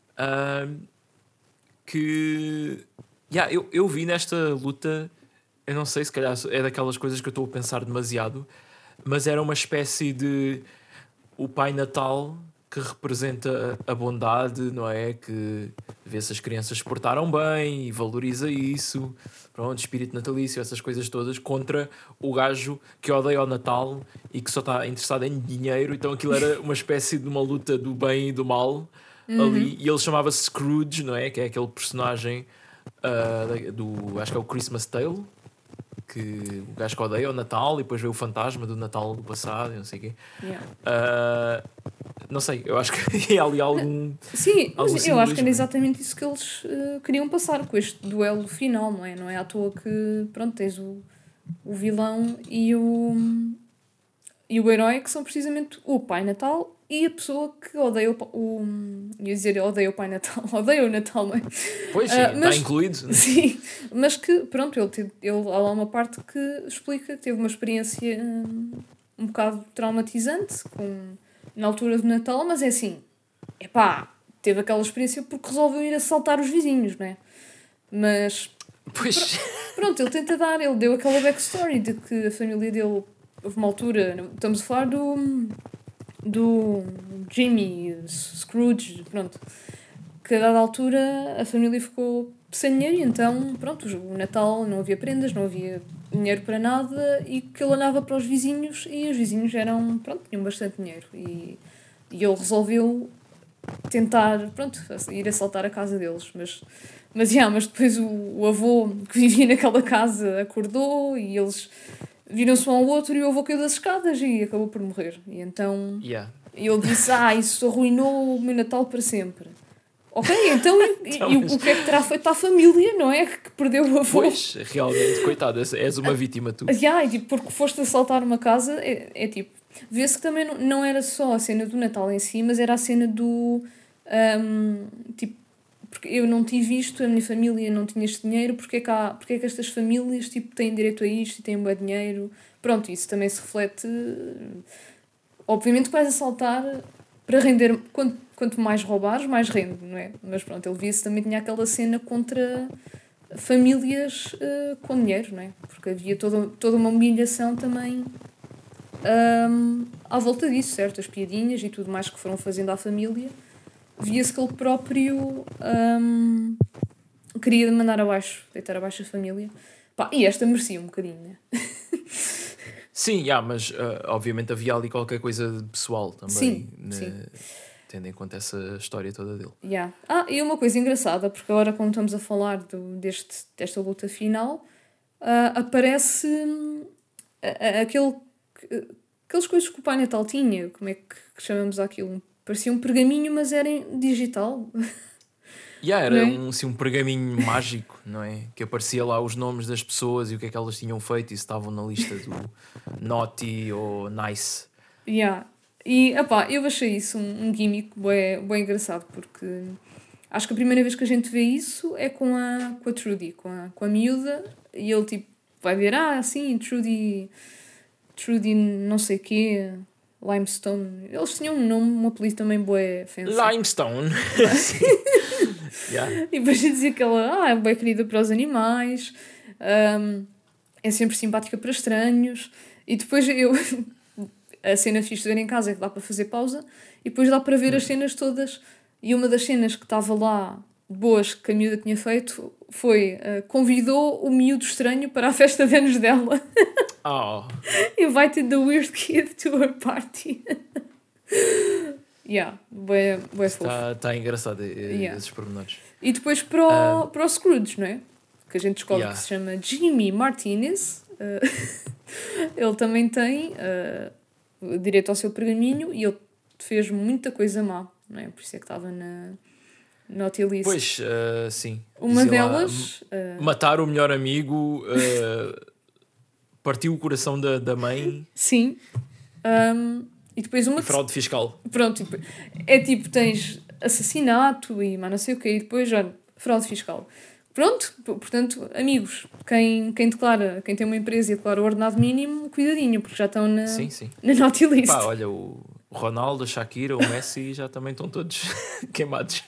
Que... eu vi nesta luta, eu não sei, se calhar é daquelas coisas que eu estou a pensar demasiado, mas era uma espécie de o Pai Natal que representa a bondade, não é? Que vê se as crianças se portaram bem e valoriza isso, pronto, espírito natalício, essas coisas todas, contra o gajo que odeia o Natal e que só está interessado em dinheiro. Então aquilo era uma espécie de uma luta do bem e do mal ali, e ele chamava-se Scrooge, não é? Que é aquele personagem acho que é o Christmas Tale, que o gajo que odeia o Natal e depois vê o fantasma do Natal do passado e não sei o quê. Não sei, eu acho que há ali algum. Sim, mas eu acho que era exatamente isso que eles queriam passar com este duelo final, não é? Não é à toa que, pronto, tens o vilão e o herói, que são precisamente o Pai Natal e a pessoa que odeia ia dizer odeia o Pai Natal, odeia o Natal, não é? Pois sim, está incluído. Né? Sim, mas que, pronto, há lá uma parte que explica que teve uma experiência um bocado traumatizante na altura do Natal, mas é assim, teve aquela experiência porque resolveu ir assaltar os vizinhos, não é? Mas, pois. Pronto, ele deu aquela backstory de que a família dele, houve uma altura, estamos a falar do Jimmy, Scrooge, pronto, que a dada altura a família ficou sem dinheiro e então, pronto, o Natal não havia prendas, não havia dinheiro para nada e que ele andava para os vizinhos e os vizinhos tinham bastante dinheiro e ele resolveu tentar, ir assaltar a casa deles, mas depois o avô que vivia naquela casa acordou e eles viram-se um ao outro e o avô caiu das escadas e acabou por morrer. E então ele disse, isso arruinou o meu Natal para sempre. Ok, então o que é que terá feito à família, não é? Que perdeu o avô. Pois, realmente, coitado, és uma vítima tu. E porque foste assaltar uma casa, vê-se que também não era só a cena do Natal em si, mas era a cena do... porque eu não tive isto, a minha família não tinha este dinheiro, porque é que estas famílias têm direito a isto e têm bom dinheiro? Pronto, isso também se reflete... Obviamente que vais assaltar para render... Quanto mais roubares, mais rende, não é? Mas pronto, ele via-se também tinha aquela cena contra famílias com dinheiro, não é? Porque havia toda uma humilhação também à volta disso, certo? As piadinhas e tudo mais que foram fazendo à família. Via-se que ele próprio queria deitar abaixo a família. E esta merecia um bocadinho, né? Sim, mas obviamente havia ali qualquer coisa de pessoal também. Sim. Tendo em conta essa história toda dele. E uma coisa engraçada, porque agora quando estamos a falar desta luta final, aparece aquelas coisas que o Pai Natal tinha, como é que chamamos aquilo? Parecia um pergaminho, mas era em digital. Era um pergaminho mágico, não é? Que aparecia lá os nomes das pessoas e o que é que elas tinham feito e se estavam na lista do naughty ou nice. E, eu achei isso um gimmick bem engraçado, porque acho que a primeira vez que a gente vê isso é com a Trudy, com a miúda, e ele vai ver, Trudy não sei o quê, Limestone. Eles tinham um apelido também bué fancy. Limestone! E depois a gente dizia que ela é bem querida para os animais, é sempre simpática para estranhos, e depois a cena fixe de ver em casa é que dá para fazer pausa e depois dá para ver as cenas todas. E uma das cenas que estava lá boas que a miúda tinha feito foi convidou o miúdo estranho para a festa de anos dela. Invited the weird kid to her party. Bué fofo. Está engraçado esses pormenores. E depois para o Scrooge, não é? Que a gente descobre que se chama Jimmy Martinez. Ele também tem direito ao seu pergaminho e ele fez muita coisa má, não é? Por isso é que estava na naughty list. Pois, sim. Uma delas... matar o melhor amigo, partiu o coração da mãe. Sim. E depois uma... fraude fiscal. Pronto, tens assassinato e mais não sei o quê, e depois fraude fiscal. Pronto, portanto, amigos, quem tem uma empresa e declara o ordenado mínimo, cuidadinho, porque já estão na naughty list. Olha, o Ronaldo, a Shakira, o Messi já também estão todos queimados.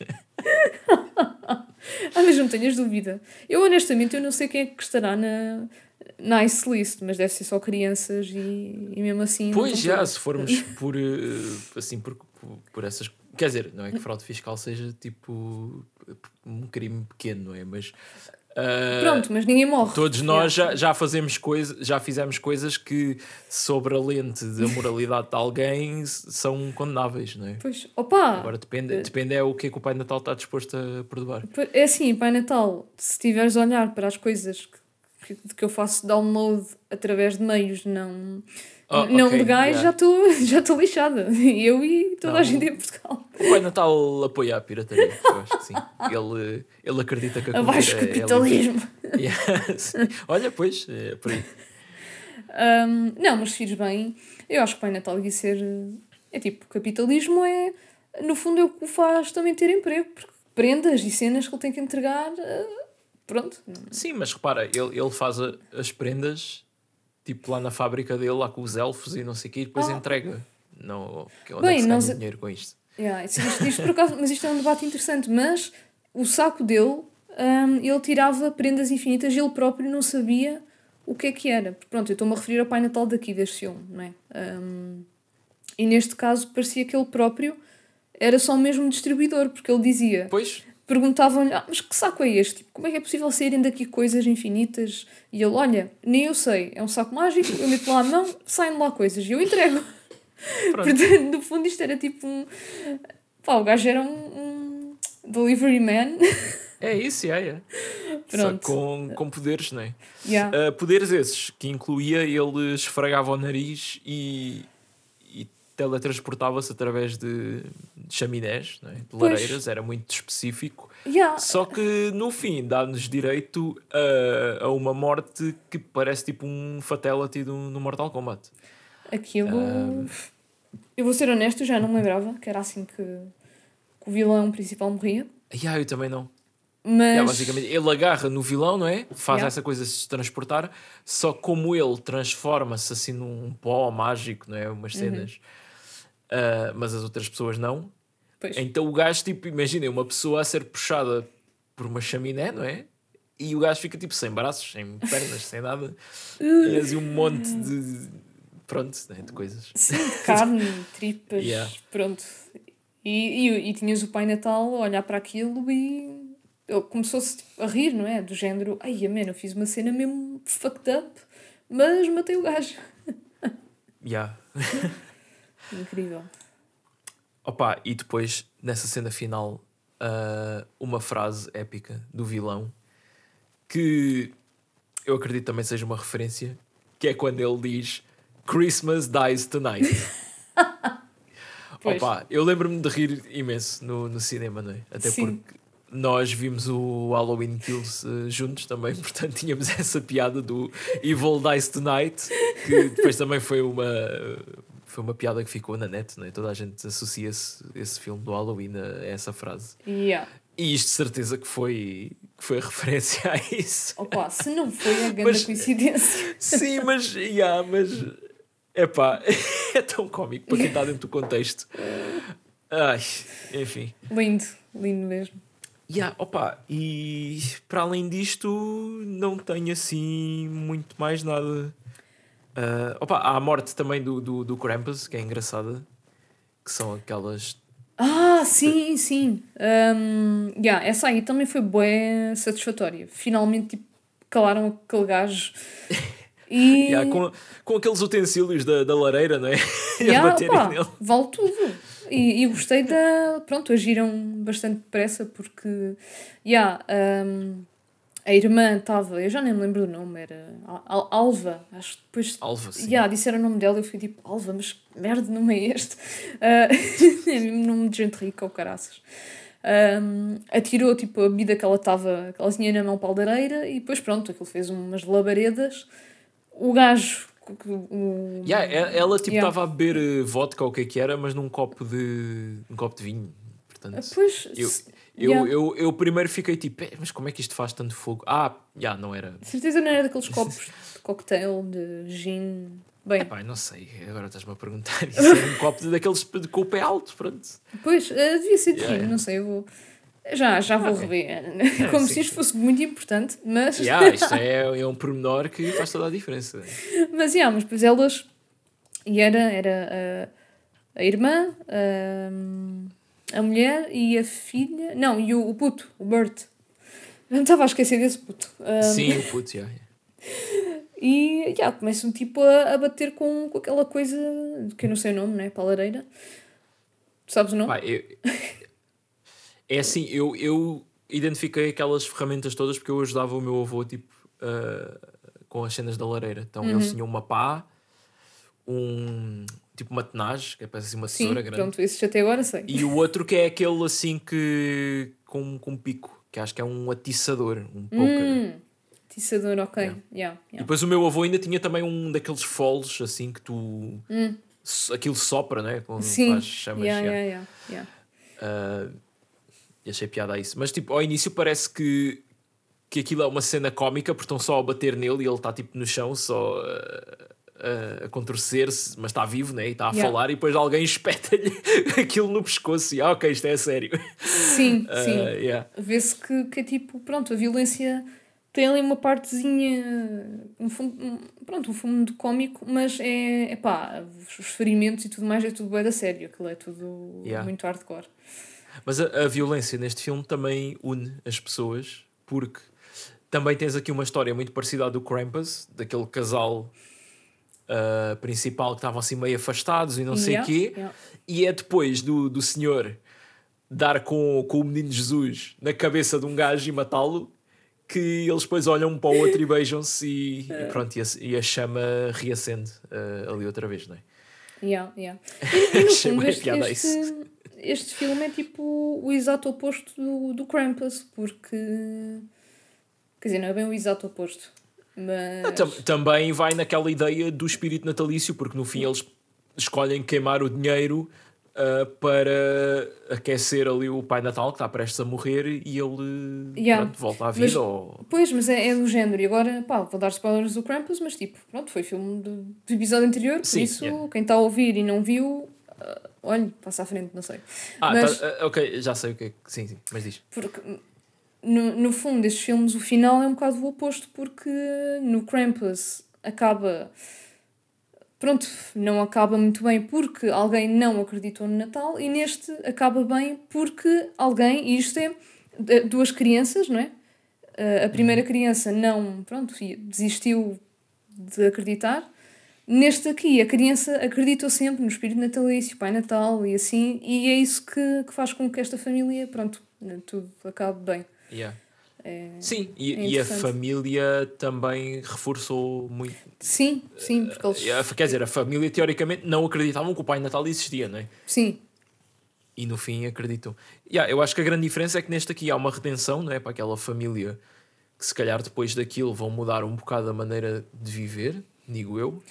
Mas não tenhas dúvida. Eu honestamente não sei quem é que estará na ice list, mas deve ser só crianças e mesmo assim... Pois se formos por por essas... Quer dizer, não é que fraude fiscal seja tipo um crime pequeno, não é? Mas... pronto, mas ninguém morre. Todos nós já fizemos coisas que, sob a lente da moralidade de alguém, são condenáveis, não é? Pois, opa! Agora depende é o que é que o Pai Natal está disposto a perdoar. É assim, Pai Natal, se estiveres a olhar para as coisas que eu faço download através de meios não legais, já estou lixada. Eu e toda a gente em Portugal. O Pai Natal apoia a pirataria, eu acho que sim. Ele acredita que a cultura abaixo capitalismo. Olha, pois, é por aí. Não, mas se fires bem, eu acho que o Pai Natal devia ser... É tipo, capitalismo é... No fundo é o que o faz também ter emprego, porque prendas e cenas que ele tem que entregar... Pronto. Sim, mas repara, ele faz as prendas tipo lá na fábrica dele, lá com os elfos e não sei o quê, e depois entrega. Não, onde é que se ganha dinheiro com isto? Isto por acaso, mas isto é um debate interessante. Mas o saco dele, ele tirava prendas infinitas e ele próprio não sabia o que é que era. Pronto, eu estou-me a referir ao Pai Natal daqui deste filme, não é? E neste caso parecia que ele próprio era só mesmo um distribuidor, porque ele dizia... Pois... Perguntavam-lhe, mas que saco é este? Tipo, como é que é possível saírem daqui coisas infinitas? E ele, olha, nem eu sei, é um saco mágico, eu meto lá a mão, saem lá coisas e eu entrego. Portanto, no fundo isto era tipo um... Pá, o gajo era um delivery man. É isso, é. Pronto. Só com poderes, não é? Poderes esses, que incluía ele esfregava o nariz e teletransportava-se através de chaminés, não é? De lareiras, era muito específico. Só que no fim dá-nos direito a uma morte que parece tipo um fatality no Mortal Kombat. Aquilo... Eu vou ser honesto, já não me lembrava que era assim que o vilão principal morria. Eu também não. Mas... basicamente, ele agarra no vilão, não é? Faz essa coisa de se transportar, só como ele transforma-se assim num pó mágico, não é? Umas cenas... mas as outras pessoas não. Pois. Então o gajo, tipo, imaginem uma pessoa a ser puxada por uma chaminé, não é? E o gajo fica tipo sem braços, sem pernas, sem nada. E assim um monte de... Pronto, né? De coisas. Sim, de carne, tripas, pronto. E tinhas o Pai Natal a olhar para aquilo e ele começou-se tipo, a rir, não é? Do género, eu fiz uma cena mesmo fucked up, mas matei o gajo. Incrível. Opa, e depois, nessa cena final, uma frase épica do vilão que eu acredito também seja uma referência, que é quando ele diz Christmas dies tonight. Opa, eu lembro-me de rir imenso no cinema, não é? Até porque nós vimos o Halloween Kills juntos também, portanto tínhamos essa piada do Evil dies tonight, que depois também foi uma piada que ficou na net, não é? Toda a gente associa esse filme do Halloween a essa frase. E isto de certeza que foi referência a isso. Opa, se não foi a grande coincidência. Sim, mas epá, é tão cómico para quem está dentro do contexto. Enfim. Lindo mesmo. Opa, e para além disto não tenho assim muito mais nada. Há a morte também do Krampus, que é engraçada, que são aquelas... sim. Essa aí também foi bué satisfatória. Finalmente tipo, calaram aquele gajo. E... com aqueles utensílios da lareira, não é? Nele. Vale tudo. E gostei Pronto, agiram bastante depressa porque... a irmã estava... Eu já nem me lembro do nome. Era Alva. Acho que depois... Alva, sim. Disseram o nome dela e eu fiquei tipo... Alva, mas que merda de nome é este? É mesmo nome de gente rica ou caraças. Atirou tipo a bebida que ela tinha na mão para a aldareira e depois pronto, aquilo fez umas labaredas. O gajo... ela tipo estava a beber vodka ou o que era, mas num copo de vinho. Portanto, eu primeiro fiquei tipo, mas como é que isto faz tanto fogo? Não era. De certeza não era daqueles copos de cocktail, de gin. Bem, não sei, agora estás-me a perguntar. Isso é um copo daqueles com o pé alto, pronto. Pois, devia ser de gin, não sei, eu vou... Já vou rever. Como se isto fosse muito importante, mas... isto é um pormenor que faz toda a diferença. Mas depois elas... E era a irmã, a mulher e a filha. Não, e o puto, o Bert. Eu não estava a esquecer desse puto. Sim, o puto, já. E começam tipo a bater com aquela coisa que eu não sei o nome, né? Para a lareira. Tu sabes o nome? É assim, eu identifiquei aquelas ferramentas todas porque eu ajudava o meu avô tipo, com as cenas da lareira. Então eles tinham uma pá, tipo uma tenagem, que é parece assim uma tesoura grande. Pronto, esses até agora sei. E o outro que é aquele assim que com pico, que acho que é um atiçador, um poker. Atiçador, ok. Yeah. E depois o meu avô ainda tinha também um daqueles foles assim que tu... Aquilo sopra, né? Quando faz chamas. E achei piada a isso. Mas tipo, ao início parece que aquilo é uma cena cómica porque estão só a bater nele e ele está tipo no chão só a contorcer-se, mas está vivo, né? E está a falar e depois alguém espeta-lhe aquilo no pescoço e ok, isto é sério. Sim. Vê-se que é tipo, pronto, a violência tem ali uma partezinha, um fundo cómico, mas é pá, os ferimentos e tudo mais é tudo bué da sério, aquilo é tudo muito hardcore. Mas a violência neste filme também une as pessoas, porque também tens aqui uma história muito parecida à do Krampus, daquele casal principal que estavam assim meio afastados e não sei o quê, e é depois do senhor dar com o menino Jesus na cabeça de um gajo e matá-lo, que eles depois olham um para o outro e beijam-se e pronto, e a chama reacende ali outra vez, não é? E no fundo este filme é tipo o exato oposto do Krampus, porque quer dizer, não é bem o exato oposto, mas... Também vai naquela ideia do espírito natalício, porque no fim eles escolhem queimar o dinheiro para aquecer ali o Pai Natal que está prestes a morrer e ele pronto, volta à vida. Pois, mas é do género. E agora, pá, vou dar spoilers do Krampus, mas tipo, pronto, foi filme do episódio anterior, por isso quem está a ouvir e não viu, olha, passa à frente, não sei. Mas, ok, já sei o que é. Sim, mas diz. Porque no fundo destes filmes o final é um bocado o oposto, porque no Krampus acaba... Pronto, não acaba muito bem porque alguém não acreditou no Natal, e neste acaba bem porque alguém, e isto é duas crianças, não é? A primeira criança desistiu de acreditar. Neste aqui, a criança acreditou sempre no espírito natalício, Pai Natal e assim, e é isso que faz com que esta família, pronto, tudo acabe bem. Sim, e a família também reforçou muito. Sim, porque eles... Quer dizer, a família teoricamente não acreditavam que o Pai Natal existia, não é? Sim. E no fim acreditam. Eu acho que a grande diferença é que neste aqui há uma redenção, não é? Para aquela família que se calhar depois daquilo vão mudar um bocado a maneira de viver, digo eu.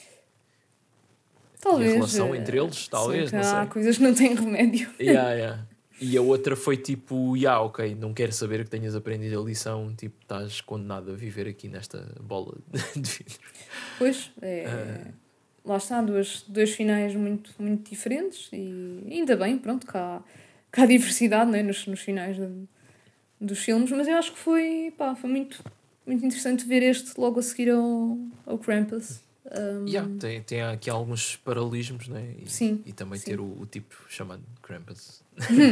Talvez. E a relação entre eles, talvez, não sei. Há coisas que não têm remédio. E a outra foi tipo, ok, não quero saber que tenhas aprendido a lição, tipo, estás condenado a viver aqui nesta bola de vidro. Pois, lá está, dois finais muito, muito diferentes, e ainda bem, pronto, que há diversidade, né, nos finais dos filmes, mas eu acho que foi muito, muito interessante ver este logo a seguir ao Krampus. Tem aqui alguns paralelismos, né? E também ter o tipo chamado Krampus.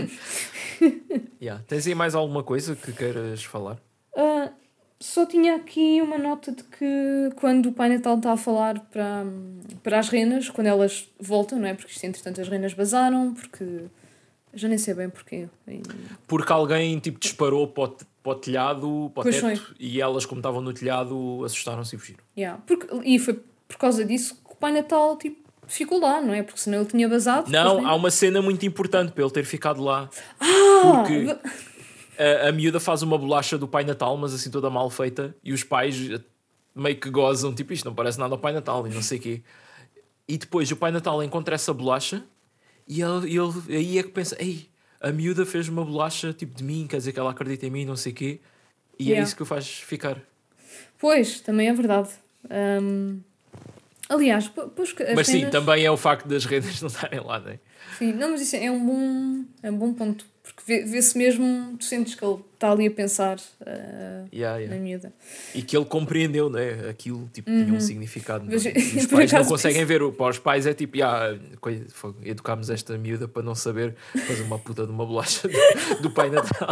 Tens aí mais alguma coisa que queiras falar? Só tinha aqui uma nota de que quando o Pai Natal está a falar para as renas, quando elas voltam, não é? Porque entretanto as renas basaram, porque já nem sei bem porquê. Porque alguém tipo disparou para o telhado, para o teto, e elas, como estavam no telhado, assustaram-se e fugiram. E foi por causa disso que o Pai Natal tipo, ficou lá, não é? Porque senão ele tinha vazado. Não, há uma cena muito importante para ele ter ficado lá. Porque a miúda faz uma bolacha do Pai Natal, mas assim toda mal feita, e os pais meio que gozam, tipo, isto não parece nada ao Pai Natal e não sei o quê. E depois o Pai Natal encontra essa bolacha e ele aí é que pensa, ei, a miúda fez uma bolacha tipo de mim, quer dizer que ela acredita em mim, não sei o quê. E é isso que o faz ficar. Pois, também é verdade. Aliás, pois mas sim, também é o facto das redes não estarem lá, não é? Sim, não, mas isso é um bom ponto. Porque vê-se mesmo, tu sentes que ele está ali a pensar na miúda. E que ele compreendeu, não é? Aquilo tipo, tinha um significado. Mas, os pais não conseguem ver. Para os pais é tipo, educámos esta miúda para não saber fazer uma puta de uma bolacha do Pai Natal.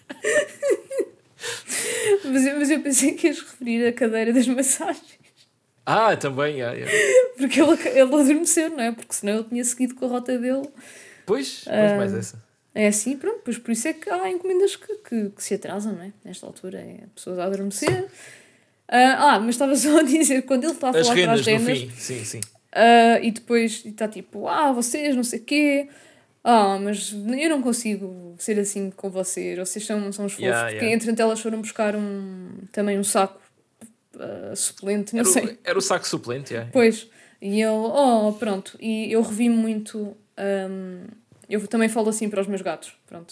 mas eu pensei que ias referir a cadeira das massagens. Também, Porque ele adormeceu, não é? Porque senão ele tinha seguido com a rota dele. Pois mais essa. É assim, pronto, pois por isso é que há encomendas que se atrasam, não é? Nesta altura, é pessoas a adormecer. Mas estava só a dizer, quando ele está a falar com as rendas... no fim, sim. E depois está tipo, vocês, não sei o quê... mas eu não consigo ser assim com vocês são os fofos, porque entretanto elas foram buscar também um saco suplente, não sei. Era o saco suplente, Pois, e ele, pronto, e eu revi muito, eu também falo assim para os meus gatos, pronto.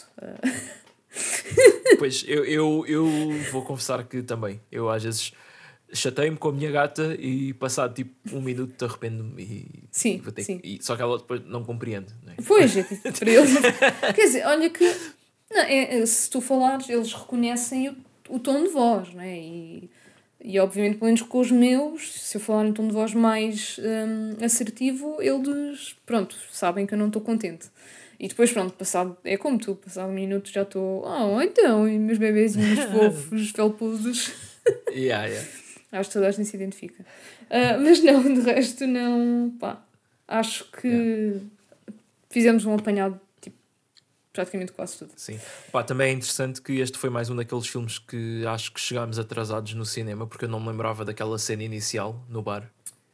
Pois, eu vou confessar que também, eu às vezes chatei-me com a minha gata e passado tipo 1 minuto arrependo-me sim. Só que ela depois não compreende, não é? Pois, é tipo, para eles. Quer dizer, olha que se tu falares, eles reconhecem o tom de voz, não é? E obviamente, pelo menos com os meus, se eu falar em tom de voz mais assertivo, eles, pronto, sabem que eu não estou contente. E depois, pronto, é como tu, passado 1 minuto já estou, então, e meus bebezinhos fofos, felpudos. Acho que toda a gente se identifica. Mas não, de resto não, acho que fizemos um apanhado, tipo, praticamente quase tudo. Sim. Também é interessante que este foi mais um daqueles filmes que acho que chegámos atrasados no cinema, porque eu não me lembrava daquela cena inicial no bar.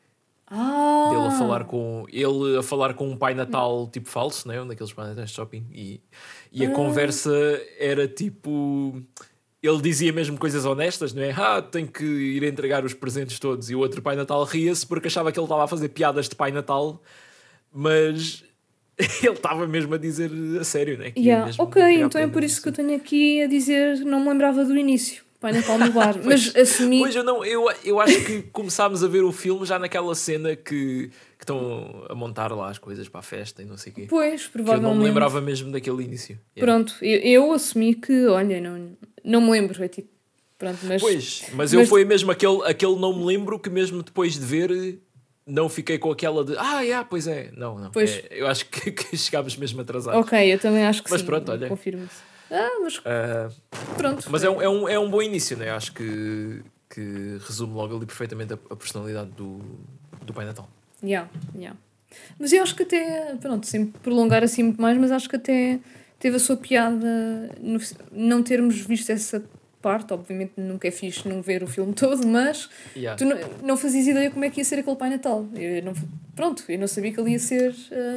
Dele a falar com um Pai Natal tipo falso, né? Um daqueles Pai Natais de shopping. E a conversa era tipo... Ele dizia mesmo coisas honestas, não é? Tenho que ir entregar os presentes todos. E o outro Pai Natal ria-se porque achava que ele estava a fazer piadas de Pai Natal, mas ele estava mesmo a dizer a sério, né? Então é por isso que eu tenho aqui a dizer, não me lembrava do início. Pai Natal no bar, mas assumi... Pois, eu acho que começámos a ver o filme já naquela cena que estão a montar lá as coisas para a festa e não sei o quê. Pois, provavelmente. Que eu não me lembrava mesmo daquele início. Pronto, eu assumi que, olha, não me lembro, é tipo... Pronto, mas eu foi mesmo aquele não me lembro que mesmo depois de ver não fiquei com aquela de pois é, não. Pois. Eu acho que chegámos mesmo atrasados. Ok, eu também acho que mas sim. Mas pronto, olha. Confirmo-se. Mas pronto. Mas é um bom início, né? Acho que resume logo ali perfeitamente a personalidade do Pai Natal. Mas eu acho que até, pronto, sem prolongar assim muito mais, mas acho que até teve a sua piada não termos visto essa parte. Obviamente nunca é fixe não ver o filme todo, mas tu não fazias ideia como é que ia ser aquele Pai Natal. Eu não sabia que ele ia ser...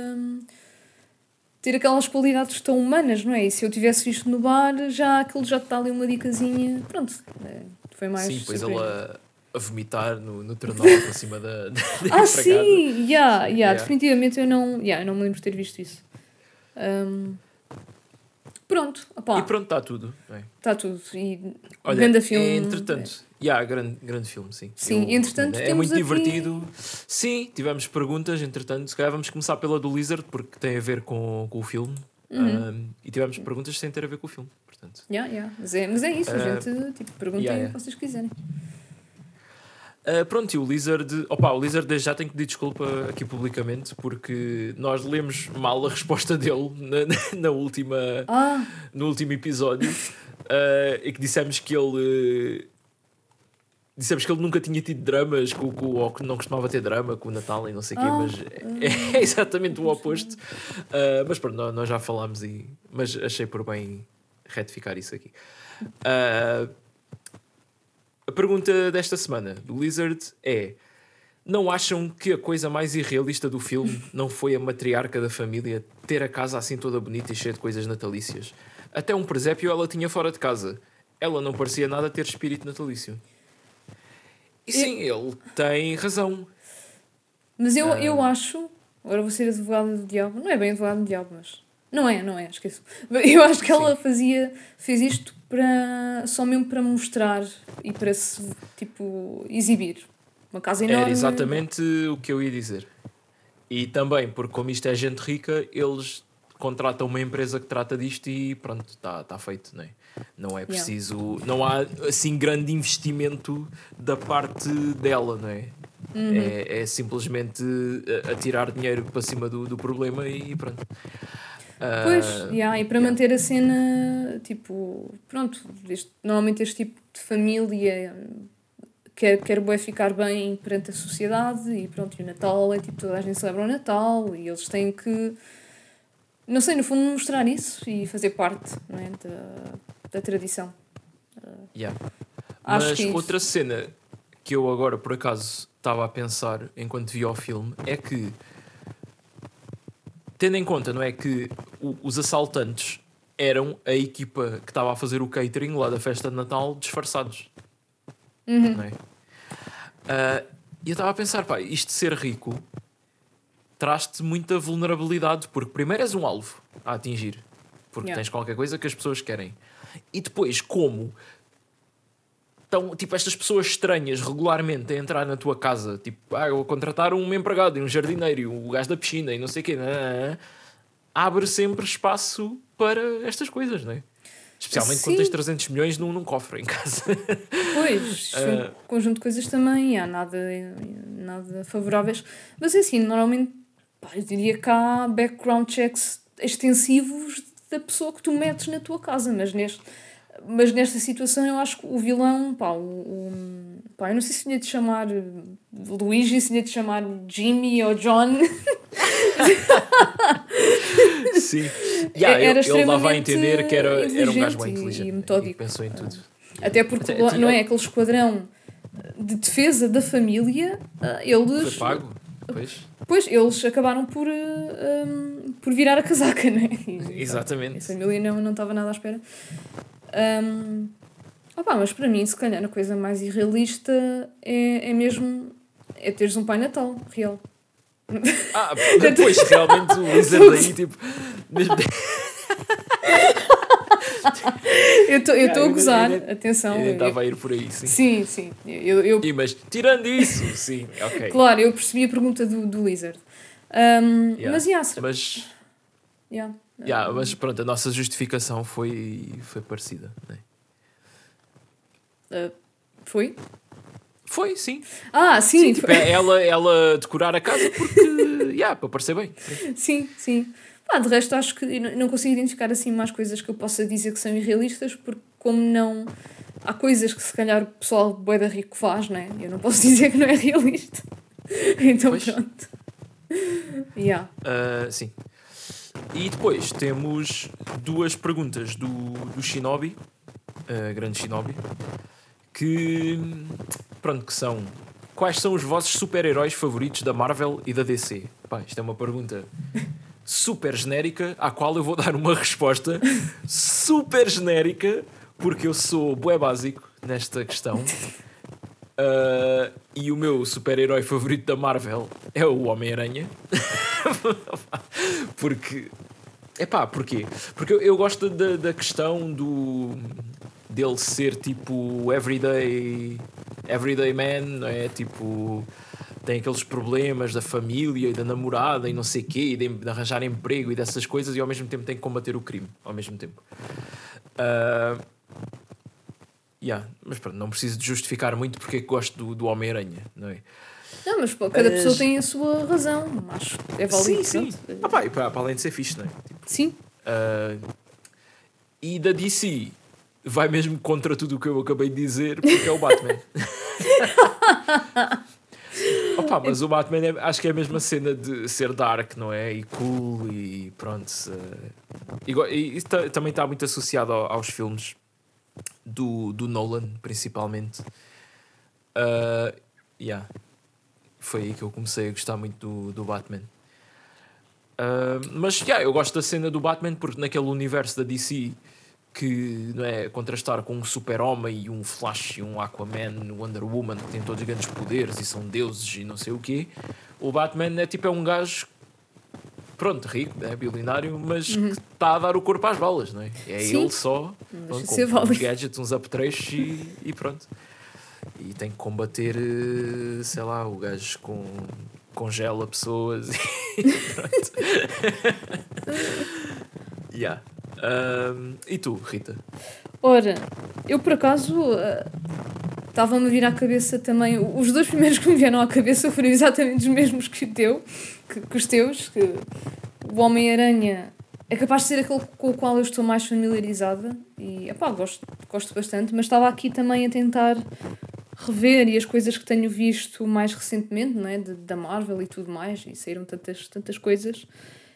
ter aquelas qualidades tão humanas, não é? E se eu tivesse visto no bar, aquilo já está ali uma dicasinha. Pronto, foi mais... Sim, depois ele a vomitar no trenó por cima da sim! Definitivamente eu não me lembro de ter visto isso. Pronto, E pronto, está tudo. Está tudo. E grande filme. Entretanto, grande filme, sim. Sim, entretanto é muito divertido. Sim, tivemos perguntas, entretanto, se calhar vamos começar pela do Lizard, porque tem a ver com o filme. E tivemos perguntas sem ter a ver com o filme, portanto. Mas é isso, a gente perguntem o que vocês quiserem. Pronto, e o Lizard... o Lizard desde já tem que pedir desculpa aqui publicamente, porque nós lemos mal a resposta dele no último episódio, e que dissemos que ele nunca tinha tido dramas ou que não costumava ter drama com o Natal e não sei o quê, mas é exatamente o oposto. Mas pronto, nós já falámos, mas achei por bem retificar isso aqui. A pergunta desta semana do Lizard é: não acham que a coisa mais irrealista do filme não foi a matriarca da família ter a casa assim toda bonita e cheia de coisas natalícias? Até um presépio ela tinha fora de casa. Ela não parecia nada ter espírito natalício. E sim, ele tem razão. Mas eu acho... Agora vou ser advogada do diabo. Não é bem advogada do diabo, mas... Não é, esqueço. Eu acho que ela fez isto só mesmo para mostrar e para se, exibir, uma casa enorme. Era exatamente o que eu ia dizer. E também, porque como isto é gente rica, eles contratam uma empresa que trata disto e pronto, está feito, não é? Não é preciso, não há assim grande investimento da parte dela, não é? É simplesmente atirar dinheiro para cima do problema e pronto. Pois, e para manter a cena, tipo, pronto, normalmente este tipo de família quer bué ficar bem perante a sociedade e pronto, e o Natal é tipo, toda a gente celebra o Natal e eles têm que, não sei, no fundo mostrar isso e fazer parte, não é, da tradição. Mas que outra cena que eu agora por acaso estava a pensar enquanto via o filme é que, tendo em conta, não é, que os assaltantes eram a equipa que estava a fazer o catering lá da festa de Natal disfarçados. Não é? E eu estava a pensar, pá, isto de ser rico traz-te muita vulnerabilidade, porque primeiro és um alvo a atingir, porque tens qualquer coisa que as pessoas querem, e depois como estão, tipo, estas pessoas estranhas regularmente a entrar na tua casa, tipo, eu vou contratar um empregado e um jardineiro e o gajo da piscina e não sei o quê, abre sempre espaço para estas coisas, não é? Especialmente quando tens 300 milhões num cofre em casa. Pois, um conjunto de coisas também, há nada favoráveis. Mas é assim, normalmente, eu diria que há background checks extensivos da pessoa que tu metes na tua casa, mas nesta situação eu acho que o vilão, eu não sei se tinha de chamar Luigi, se tinha de chamar Jimmy ou John. Sim. Ele dava a entender que era um gajo bem inteligente e metódico. E pensou em tudo. Até porque não é aquele esquadrão de defesa da família, eles... Foi pago, Pois, eles acabaram por virar a casaca, não é? Exatamente. A família não estava nada à espera. Mas para mim, se calhar, a coisa mais irrealista é mesmo teres um Pai Natal real. Depois realmente o Wizard aí, tipo... eu estou a gozar, atenção. Eu estava a ir por aí, sim. Sim. Mas tirando isso, sim, ok. Claro, eu percebi a pergunta do Lizard. Mas pronto, a nossa justificação foi parecida, não é? Foi? Foi, sim. Sim. Tipo, ela decorar a casa porque, para parecer bem. Sim. De resto, acho que não consigo identificar assim mais coisas que eu possa dizer que são irrealistas, porque como não... Há coisas que se calhar o pessoal bué da rico faz, não é? Eu não posso dizer que não é realista. Então pronto. Sim. E depois temos duas perguntas do Shinobi, grande Shinobi, que são: quais são os vossos super-heróis favoritos da Marvel e da DC? Isto é uma pergunta super genérica, à qual eu vou dar uma resposta super genérica, porque eu sou bué básico nesta questão. E o meu super-herói favorito da Marvel é o Homem-Aranha. Porque... porquê? Porque eu gosto da questão dele ser tipo everyday man, não é? Tipo, tem aqueles problemas da família e da namorada e não sei o quê, e de arranjar emprego e dessas coisas, e ao mesmo tempo tem que combater o crime ao mesmo tempo. Mas pronto, não preciso de justificar muito porque é que gosto do Homem-Aranha, não é? Não, mas cada pessoa tem a sua razão, acho que é válido. Sim. Para além de ser fixe, não é? Tipo, sim. E da DC vai mesmo contra tudo o que eu acabei de dizer, porque é o Batman. Mas o Batman acho que é a mesma cena de ser dark, não é? E cool e pronto. E também está muito associado aos filmes do Nolan, principalmente. Foi aí que eu comecei a gostar muito do Batman. Mas eu gosto da cena do Batman porque naquele universo da DC, que não é, contrastar com um super-homem e um Flash e um Aquaman, Wonder Woman, que têm todos grandes poderes e são deuses e não sei o quê, o Batman é um gajo rico, bilionário, mas que está a dar o corpo às balas, não é? É ele só, com uns gadgets, uns apetrechos e pronto. e tem que combater, sei lá, o gajo congela pessoas e pronto. Yeah. E tu, Rita? Ora, eu por acaso estavam-me a vir à cabeça também. Os dois primeiros que me vieram à cabeça foram exatamente os mesmos que os teus. Que o Homem-Aranha é capaz de ser aquele com o qual eu estou mais familiarizada. E gosto bastante, mas estava aqui também a tentar rever e as coisas que tenho visto mais recentemente, não é? Da Marvel e tudo mais, e saíram tantas coisas.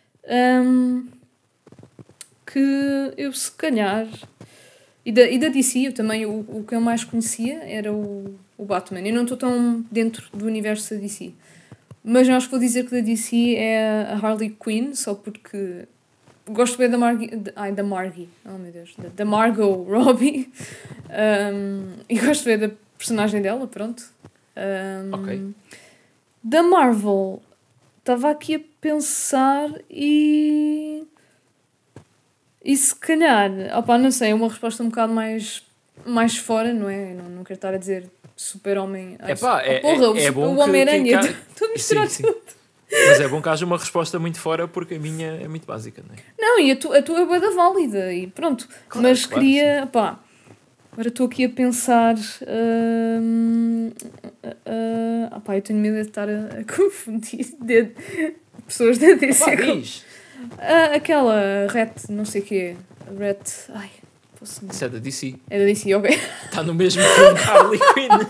Que eu se calhar... E da DC, eu também, o que eu mais conhecia era o Batman. Eu não estou tão dentro do universo da DC. Mas eu acho que vou dizer que da DC é a Harley Quinn, só porque gosto bem da Margie. Oh meu Deus. Da Margot Robbie. E gosto bem da personagem dela, pronto. Ok. Da Marvel, estava aqui a pensar e se calhar, não sei, é uma resposta um bocado mais fora, não é? Não quero estar a dizer Super-Homem. É bom o Homem-Aranha. Estou a misturar tudo. Mas é bom que haja uma resposta muito fora, porque a minha é muito básica, não é? Não, e a tua é bué da válida e pronto. Claro, mas claro, queria, agora estou aqui a pensar. Eu tenho medo de estar a confundir pessoas da DC. Aquela não sei o quê. Isso é da DC. É da DC, ok. Está no mesmo filme que Harley Quinn.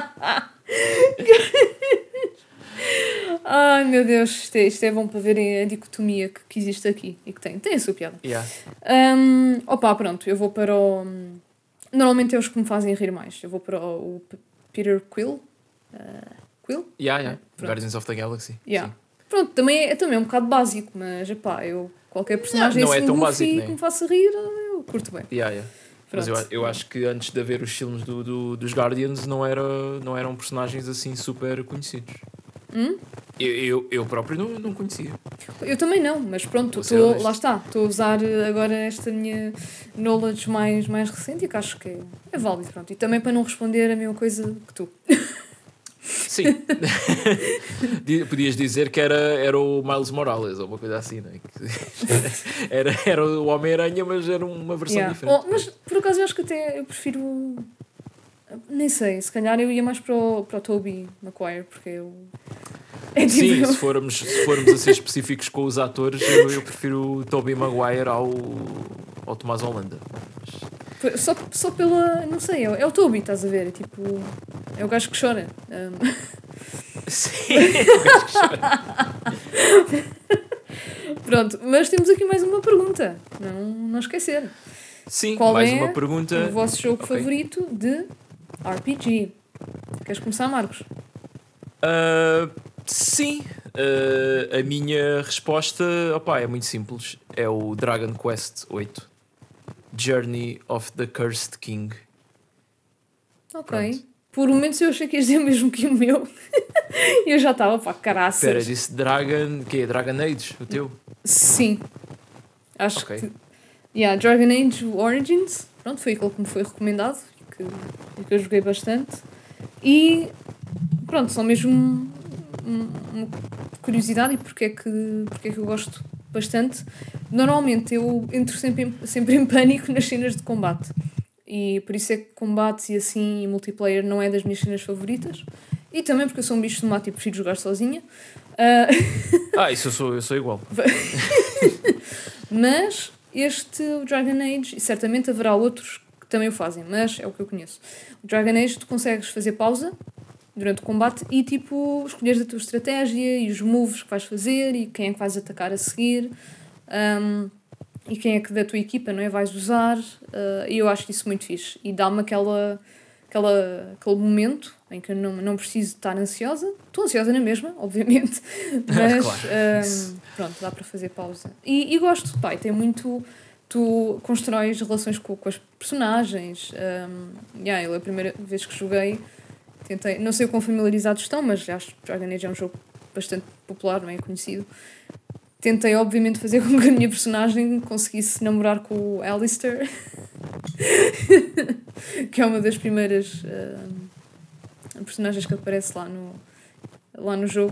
Ai meu Deus, isto é bom para verem a dicotomia que existe aqui e que tem a sua piada. Yeah. Pronto, eu vou para o... Normalmente é os que me fazem rir mais. Eu vou para o Peter Quill. Quill? Yeah. Guardians of the Galaxy. Yeah. Pronto, também é um bocado básico, mas qualquer personagem não é tão básico, que me faça rir, eu curto bem. Yeah. Mas eu acho que antes de haver os filmes dos Guardians não eram personagens assim super conhecidos. Eu próprio não conhecia. Eu também não, mas pronto, lá está. Estou a usar agora esta minha knowledge mais recente e que acho que é válido. Pronto. E também para não responder a mesma coisa que tu. Sim. Podias dizer que era o Miles Morales ou uma coisa assim, não é? Era o Homem-Aranha, mas era uma versão diferente. Mas por acaso eu acho que até eu prefiro... Nem sei, se calhar eu ia mais para o Tobey Maguire, porque eu... Sim, se formos a ser específicos com os atores, eu prefiro o Tobey Maguire ao Tomás Holanda. Só pela... Não sei, é o Tobey, estás a ver? É o gajo que chora. Sim, o gajo que chora. Pronto, mas temos aqui mais uma pergunta. Não esquecer. Sim, qual mais é uma pergunta. O vosso jogo favorito de RPG? Queres começar, Marcos? Sim. A minha resposta é muito simples. É o Dragon Quest VIII. Journey of the Cursed King. Ok. Pronto. Por momentos eu achei que ias dizer o mesmo que o meu. E eu já estava, caraças. Espera, disse Dragon... que é Dragon Age, o teu? Sim. Acho que... Dragon Age Origins. Pronto, foi aquele que me foi recomendado. Que eu joguei bastante. E... Pronto, só mesmo uma curiosidade e porque é que eu gosto bastante. Normalmente eu entro sempre em pânico nas cenas de combate. E por isso é que combates e assim e multiplayer não é das minhas cenas favoritas. E também porque eu sou um bicho de mato e prefiro jogar sozinha. Isso eu sou igual. Mas o Dragon Age, e certamente haverá outros que também o fazem, mas é o que eu conheço. O Dragon Age tu consegues fazer pausa durante o combate e escolheres a tua estratégia e os moves que vais fazer e quem é que vais atacar a seguir. E quem é que da tua equipa, não é, vais usar, e eu acho isso muito fixe. E dá-me aquele momento em que eu não preciso estar ansiosa. Estou ansiosa na mesma, obviamente, mas claro. Pronto, dá para fazer pausa. E gosto, tem muito... Tu constróis relações com as personagens. Ele a primeira vez que joguei, tentei, não sei o quão familiarizados estão, mas acho que Dragon Age é um jogo bastante popular, não é, conhecido. Tentei, obviamente, fazer com que a minha personagem conseguisse namorar com o Alistair, que é uma das primeiras personagens que aparece lá no jogo.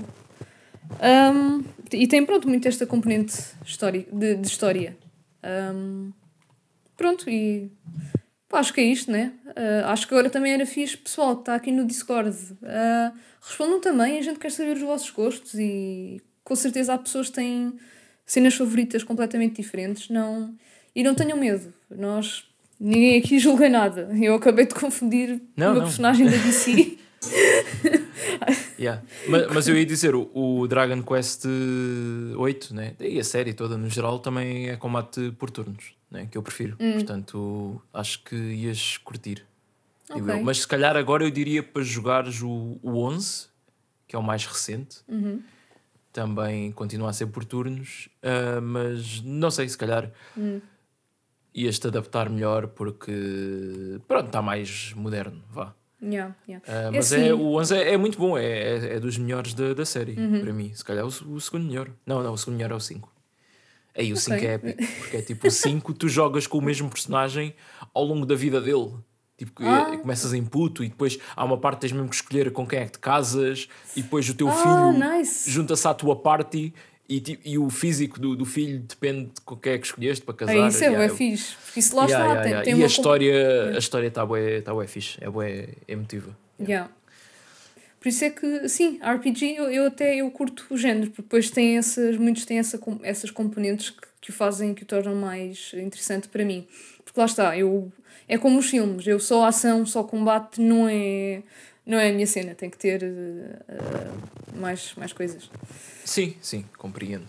E tem, pronto, muito esta componente de história. Pronto, e pá, acho que é isto, né? Acho que agora também era fixe, pessoal que está aqui no Discord. Respondam também, a gente quer saber os vossos gostos e com certeza há pessoas que têm cenas favoritas completamente diferentes. E não tenham medo, ninguém aqui julga nada. Eu acabei de confundir o meu personagem da DC. Yeah. Mas eu ia dizer, o Dragon Quest 8, né? E a série toda no geral também é combate por turnos, né? Que eu prefiro. Portanto, acho que ias curtir. Okay. Mas se calhar agora eu diria para jogares o 11, que é o mais recente. Também continua a ser por turnos, mas não sei, se calhar ias-te adaptar melhor porque pronto, está mais moderno, vá. Mas assim, o 11 é muito bom, é dos melhores da série, para mim. Se calhar o segundo melhor. Não, o segundo melhor é o 5. Aí o 5 é épico, porque é tipo o 5, tu jogas com o mesmo personagem ao longo da vida dele. Tipo, começas em puto e depois há uma parte que tens mesmo que escolher com quem é que te casas e depois o teu filho junta-se à tua party e o físico do filho depende de com quem é que escolheste para casar. Isso é fixe, porque isso lá está. Tem e a história está bué fixe, é bué emotiva. Por isso é que, sim, RPG eu curto o género, porque depois muitos têm essas componentes que o fazem, que o tornam mais interessante para mim. Porque lá está, é como os filmes, eu só ação, só combate não é a minha cena, tem que ter mais coisas. Sim, compreendo.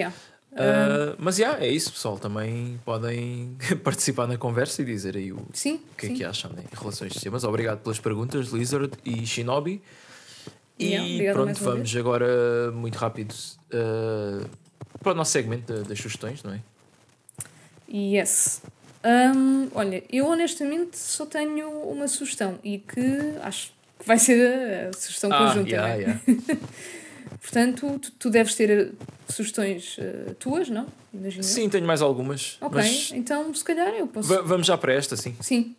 Mas é isso, pessoal. Também podem participar na conversa e dizer aí o que é que acham, né, em relação a estes temas. Obrigado pelas perguntas, Lizard e Shinobi. E pronto, vamos agora muito rápido para o nosso segmento das sugestões, não é? Yes. Olha, eu honestamente só tenho uma sugestão e que acho que vai ser a sugestão conjunta. Portanto, tu deves ter sugestões tuas, não? Imagina. Sim, tenho mais algumas. Ok, então se calhar eu posso... Vamos já para esta, sim. Sim.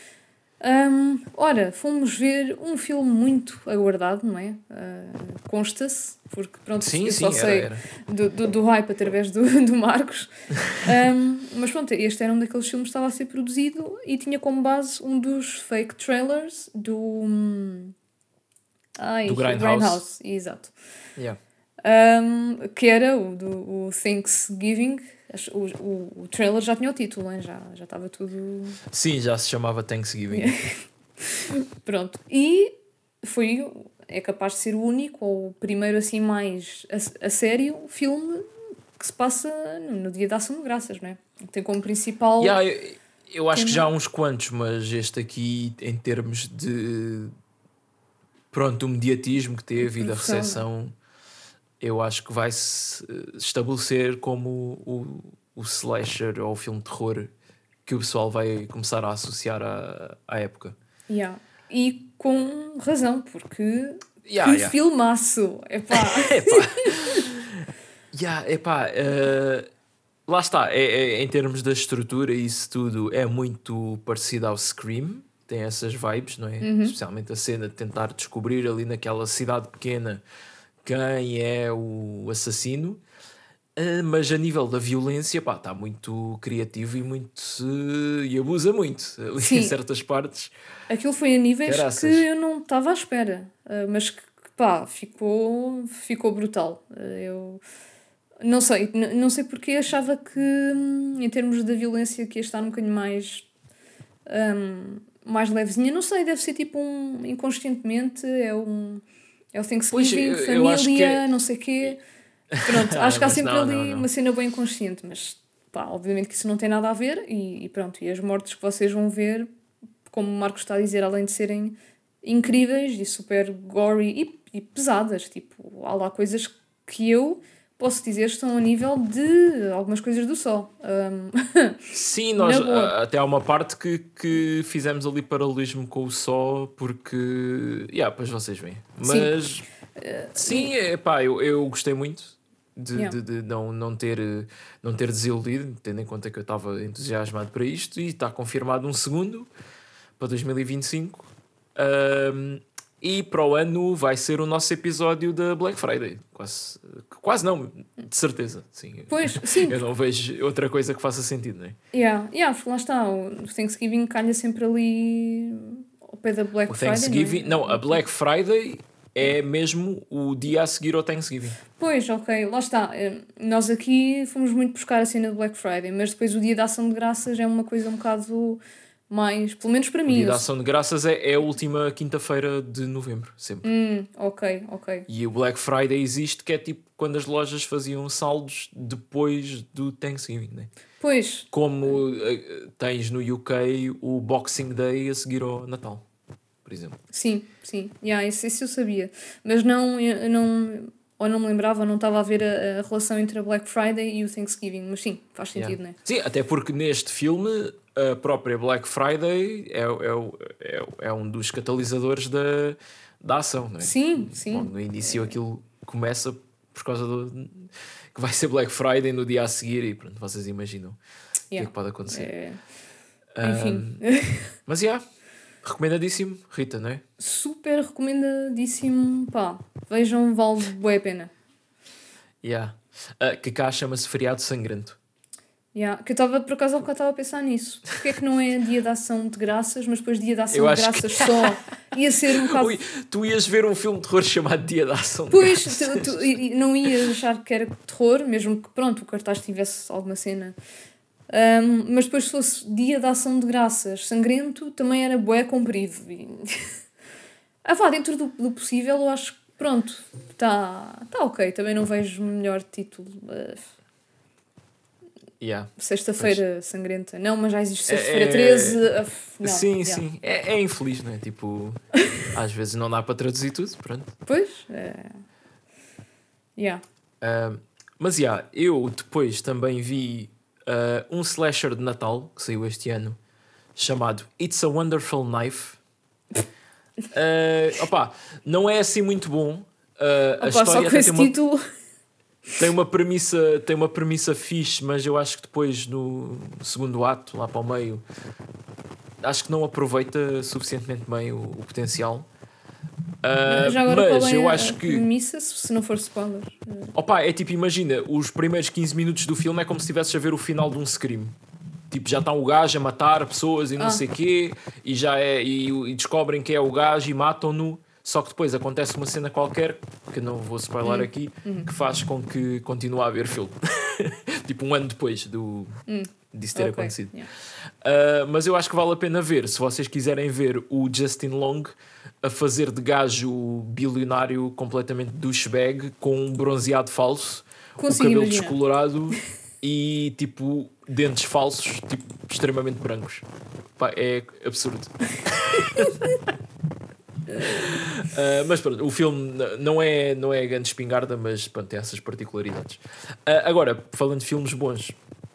Ora, fomos ver um filme muito aguardado, não é? Consta-se, porque pronto, eu só sei do hype através do Marcos. Mas pronto, este era um daqueles filmes que estava a ser produzido e tinha como base um dos fake trailers do Grindhouse. Exato. Que era o Thanksgiving. O trailer já tinha o título, hein? Já estava tudo... Sim, já se chamava Thanksgiving. Pronto. E é capaz de ser o único, ou o primeiro assim mais a sério, filme que se passa no Dia da Ação de Graças, não é? Tem como principal... Eu acho que já há uns quantos, mas este aqui, em termos de... Pronto, o mediatismo que teve e da recepção... Eu acho que vai se estabelecer como o slasher ou o filme de terror que o pessoal vai começar a associar à época. E com razão, porque filmaço! Lá está, em termos da estrutura e isso tudo é muito parecido ao Scream, tem essas vibes, não é? Especialmente a cena de tentar descobrir ali naquela cidade pequena quem é o assassino, mas a nível da violência está muito criativo e abusa muito ali em certas partes. Aquilo foi a níveis que eu não estava à espera, mas que ficou brutal. Eu não sei porque achava que em termos da violência que ia estar um bocadinho mais levezinha, não sei, deve ser tipo inconscientemente, é o Thanksgiving, família, não sei o quê. Pronto, acho que há sempre uma cena bem inconsciente, mas obviamente que isso não tem nada a ver e pronto, e as mortes que vocês vão ver, como o Marcos está a dizer, além de serem incríveis e super gory e pesadas, tipo, há lá coisas que eu posso dizer estão a nível de algumas coisas do Sol. Sim, nós até há uma parte que fizemos ali paralelismo com o Sol, porque depois vocês veem. Mas sim, eu gostei muito de não ter desiludido, tendo em conta que eu estava entusiasmado para isto, e está confirmado um segundo para 2025. E para o ano vai ser o nosso episódio da Black Friday. Quase não, de certeza. Sim. Pois, sim. Eu não vejo outra coisa que faça sentido, não é? Porque lá está, o Thanksgiving calha sempre ali ao pé da Black Friday. Thanksgiving, não, a Black Friday é mesmo o dia a seguir ao Thanksgiving. Pois, ok, lá está. Nós aqui fomos muito buscar a cena do Black Friday, mas depois o dia da Ação de Graças é uma coisa um bocado mais, pelo menos para mim. O dia da Ação de Graças é a última quinta-feira de novembro, sempre. Ok. E o Black Friday existe, que é tipo quando as lojas faziam saldos depois do Thanksgiving, né? Pois. Como tens no UK o Boxing Day a seguir ao Natal, por exemplo. Sim. Isso eu sabia. Mas eu não... Ou não me lembrava, ou não estava a ver a relação entre a Black Friday e o Thanksgiving. Mas sim, faz sentido, não é? Sim, até porque neste filme a própria Black Friday é um dos catalisadores da ação, não é? Sim. Bom, no início aquilo começa por causa que vai ser Black Friday no dia a seguir e pronto, vocês imaginam o que é que pode acontecer. Enfim. Mas recomendadíssimo, Rita, não é? Super recomendadíssimo, pá. Vejam, vale bué a pena. Que cá chama-se Feriado Sangrento. Que eu estava, por acaso, estava a pensar nisso. Porque é que não é dia da Ação de Graças, mas depois dia da Ação de Graças só ia ser um bocado... Ui, tu ias ver um filme de terror chamado Dia da Ação de Graças. Pois, não ias achar que era terror, mesmo que, pronto, o cartaz tivesse alguma cena... mas depois se fosse dia da Ação de Graças sangrento, também era bué comprido. Dentro do possível, eu acho que pronto, está ok. Também não vejo melhor título. Sexta-feira sangrenta. Não, mas já existe sexta-feira 13. Não, sim. É infeliz, não é? Tipo, às vezes não dá para traduzir tudo, pronto. Pois, mas eu depois também vi um slasher de Natal que saiu este ano chamado It's a Wonderful Knife. Não é assim muito bom. A história só com esse título tem uma premissa fixe, mas eu acho que depois no segundo ato, lá para o meio, acho que não aproveita suficientemente bem o potencial. Já agora, mas qual é eu a acho que premissa, se não for spoiler? É tipo, imagina, os primeiros 15 minutos do filme é como se estivesses a ver o final de um Scream. Tipo, já está o gajo a matar pessoas e não sei o quê, e descobrem que é o gajo e matam-no. Só que depois acontece uma cena qualquer, que não vou spoiler aqui, que faz com que continue a haver filme. Tipo, um ano depois disso ter acontecido. Mas eu acho que vale a pena ver, se vocês quiserem ver o Justin Long a fazer de gajo bilionário completamente douchebag, com um bronzeado falso, o cabelo descolorado e tipo dentes falsos, tipo extremamente brancos. É absurdo. Mas pronto, o filme não é grande espingarda, mas pronto, tem essas particularidades. Agora, falando de filmes bons,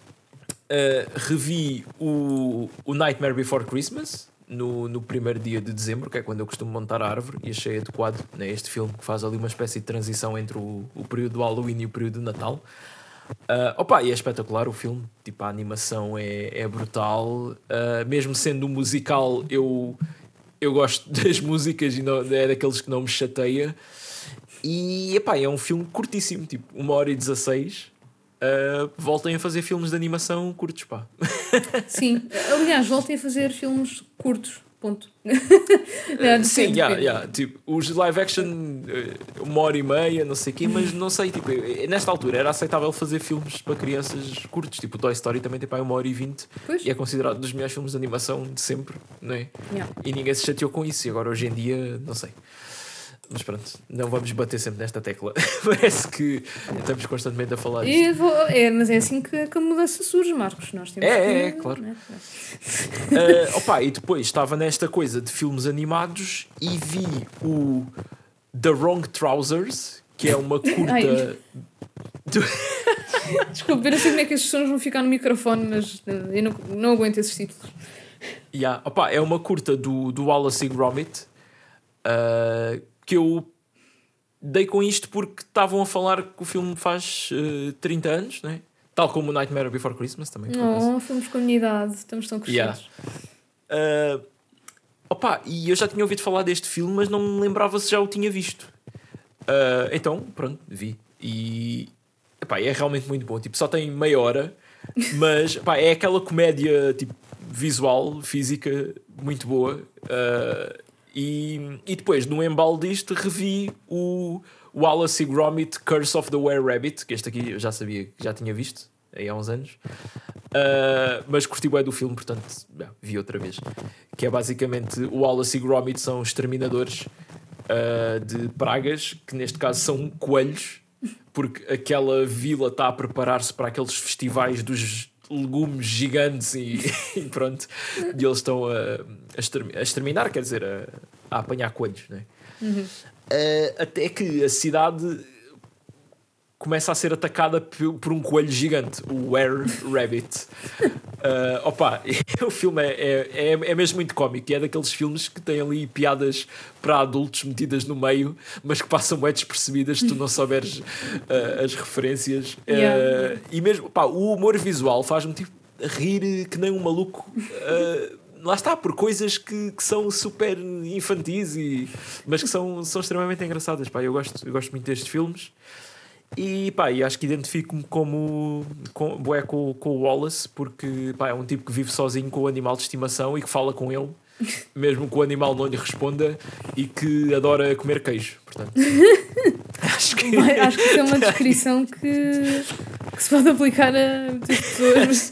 revi o Nightmare Before Christmas no primeiro dia de dezembro, que é quando eu costumo montar a árvore, e achei adequado, né, este filme que faz ali uma espécie de transição entre o período do Halloween e o período do Natal. E é espetacular o filme, tipo, a animação é brutal, mesmo sendo um musical, eu gosto das músicas e não, é daqueles que não me chateia. E é um filme curtíssimo, tipo 1h16. Voltem a fazer filmes de animação curtos, pá. Sim, aliás, voltem a fazer filmes curtos, ponto. Sim, tipo, os live action 1h30, não sei o quê, mas não sei, tipo, nesta altura era aceitável fazer filmes para crianças curtos, tipo o Toy Story também tem 1h20 e é considerado um dos melhores filmes de animação de sempre, não é? E ninguém se chateou com isso, e agora hoje em dia, não sei. Mas pronto, não vamos bater sempre nesta tecla. Parece que estamos constantemente a falar disto. Mas é assim que a mudança surge, Marcos. Nós temos claro. E depois estava nesta coisa de filmes animados e vi o The Wrong Trousers, que é uma curta... Desculpa, eu não sei como é que as pessoas vão ficar no microfone, mas eu não aguento esses títulos. É uma curta do Wallace e Gromit, que eu dei com isto porque estavam a falar que o filme faz 30 anos, não é? Tal como o Nightmare Before Christmas também. Filmes de comunidade, estamos tão crescidos. Opa, e eu já tinha ouvido falar deste filme, mas não me lembrava se já o tinha visto. Então, pronto, vi. E epá, é realmente muito bom. Tipo, só tem meia hora, mas epá, é aquela comédia tipo, visual, física, muito boa. E depois, no embalo disto, revi o Wallace e Gromit Curse of the Were-Rabbit, que este aqui eu já sabia que já tinha visto aí há uns anos. Mas curti bem do filme, portanto vi outra vez. Que é basicamente o Wallace e Gromit são exterminadores de pragas, que neste caso são coelhos, porque aquela vila está a preparar-se para aqueles festivais dos legumes gigantes e pronto, e eles estão a exterminar, quer dizer, a apanhar coelhos, né? Até que a cidade começa a ser atacada por um coelho gigante, o Were-Rabbit. Opa, o filme é mesmo muito cómico. É daqueles filmes que têm ali piadas para adultos metidas no meio, mas que passam bem despercebidas se tu não souberes as referências. E mesmo, pá, o humor visual faz-me tipo rir que nem um maluco. Lá está, por coisas que são super infantis, mas que são extremamente engraçadas. Pá, eu gosto muito destes filmes. E pá, e acho que identifico-me com o Wallace, porque pá, é um tipo que vive sozinho com o animal de estimação e que fala com ele, mesmo que o animal não lhe responda, e que adora comer queijo. Portanto, acho que isso é uma descrição que se pode aplicar a muitas pessoas.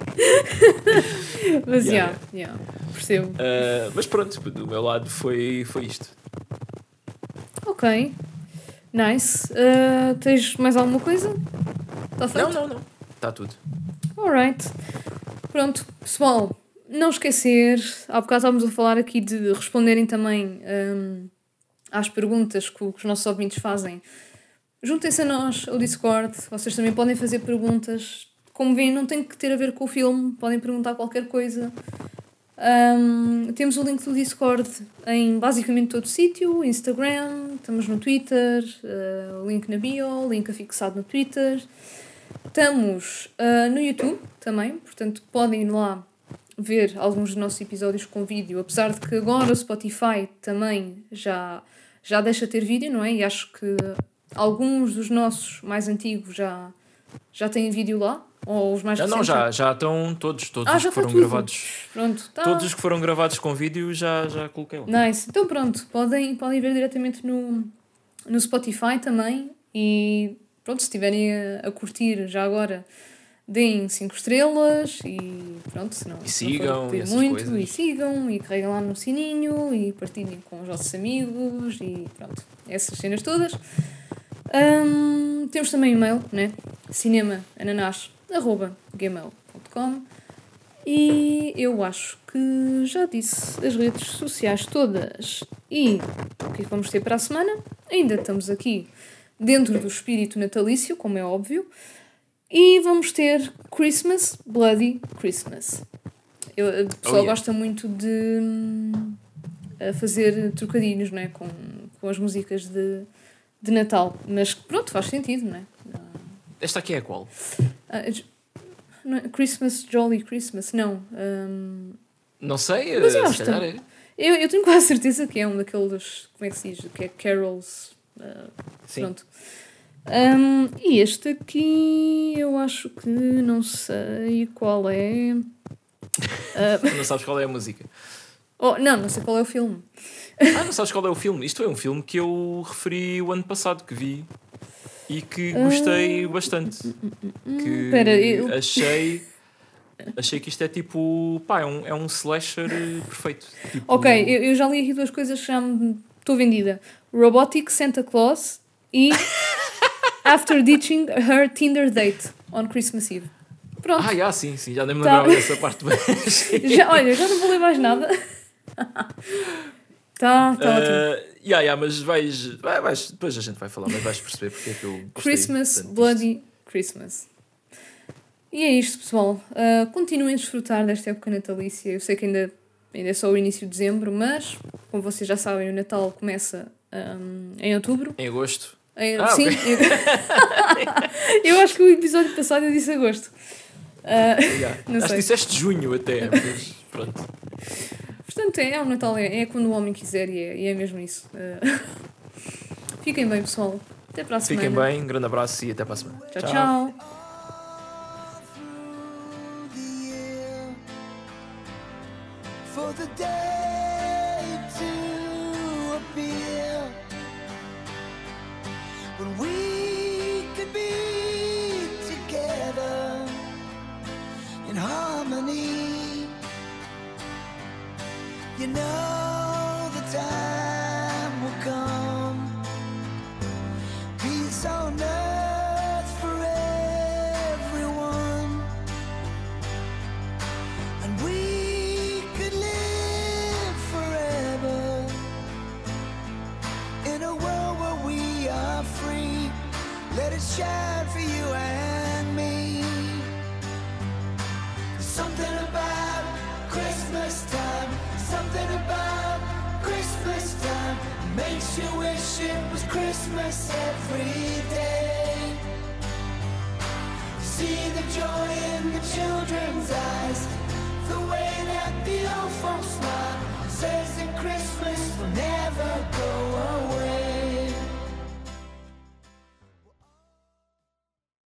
Mas percebo. Mas pronto, do meu lado foi isto. Ok. Nice. Tens mais alguma coisa? Está feito? Não. Está tudo. Alright. Pronto, pessoal, não esquecer, há bocado estávamos a falar aqui de responderem também às perguntas que os nossos ouvintes fazem. Juntem-se a nós, ao Discord, vocês também podem fazer perguntas. Como veem, não tem que ter a ver com o filme, podem perguntar qualquer coisa. Temos o link do Discord em basicamente todo o sítio, Instagram, estamos no Twitter, o link na bio, o link afixado no Twitter. Estamos no YouTube também, portanto podem ir lá ver alguns dos nossos episódios com vídeo, apesar de que agora o Spotify também já deixa ter vídeo, não é? E acho que alguns dos nossos mais antigos já têm vídeo lá. Ou os mais recentes? Não, já estão todos os que foram gravados. Pronto, tá. Todos os que foram gravados com vídeo já coloquei lá. Nice. Então pronto, podem ver diretamente no Spotify também. E pronto, se estiverem a curtir já agora, deem 5 estrelas e pronto, se não, e sigam, e muito, coisas. E sigam, e carreguem lá no sininho e partilhem com os vossos amigos e pronto, essas cenas todas. Temos também e-mail, né? cinemaananas@gmail.com. E eu acho que já disse as redes sociais todas. E o que vamos ter para a semana? Ainda estamos aqui dentro do espírito natalício, como é óbvio. E vamos ter Christmas, Bloody Christmas. O pessoal gosta muito de fazer trocadilhos, não é? Com as músicas de Natal. Mas pronto, faz sentido, não é? Esta aqui é qual? Christmas, Jolly Christmas, não. Não sei, mas se calhar é. Eu tenho quase certeza que é um daqueles, como é que se diz? Que é carols. Sim. Pronto. E este aqui eu acho que não sei qual é. Não sabes qual é a música? Não sei qual é o filme. Não sabes qual é o filme? Isto é um filme que eu referi o ano passado, que vi e que gostei bastante. Que achei que isto é tipo, pá, é um slasher perfeito. Tipo... Ok, eu já li aqui 2 coisas que já estou vendida. Robotic Santa Claus e After Ditching Her Tinder Date on Christmas Eve. Pronto. Sim, já nem me lembrava dessa parte. Mas... já não vou ler mais nada. Tá ótimo. Mas depois a gente vai falar, mas vais perceber porque é que eu gostei. Christmas, Bloody Christmas. E é isto, pessoal. Continuem a desfrutar desta época natalícia. Eu sei que ainda é só o início de dezembro, mas, como vocês já sabem, o Natal começa em outubro. Em agosto. Sim. Okay. Eu acho que o episódio passado eu disse agosto. Acho que disseste junho até, mas pronto. Portanto, o Natal é quando o homem quiser e é mesmo isso. Fiquem bem, pessoal. Até para a semana. Fiquem bem, um grande abraço e até para a semana. Tchau, tchau. You know the time will come, peace on earth for everyone, and we could live forever in a world where we are free. Let it shine for you and me. There's something about Christmas time, something about Christmas time makes you wish it was Christmas every day. See the joy in the children's eyes, the way that the old folks smile, says that Christmas will never go away.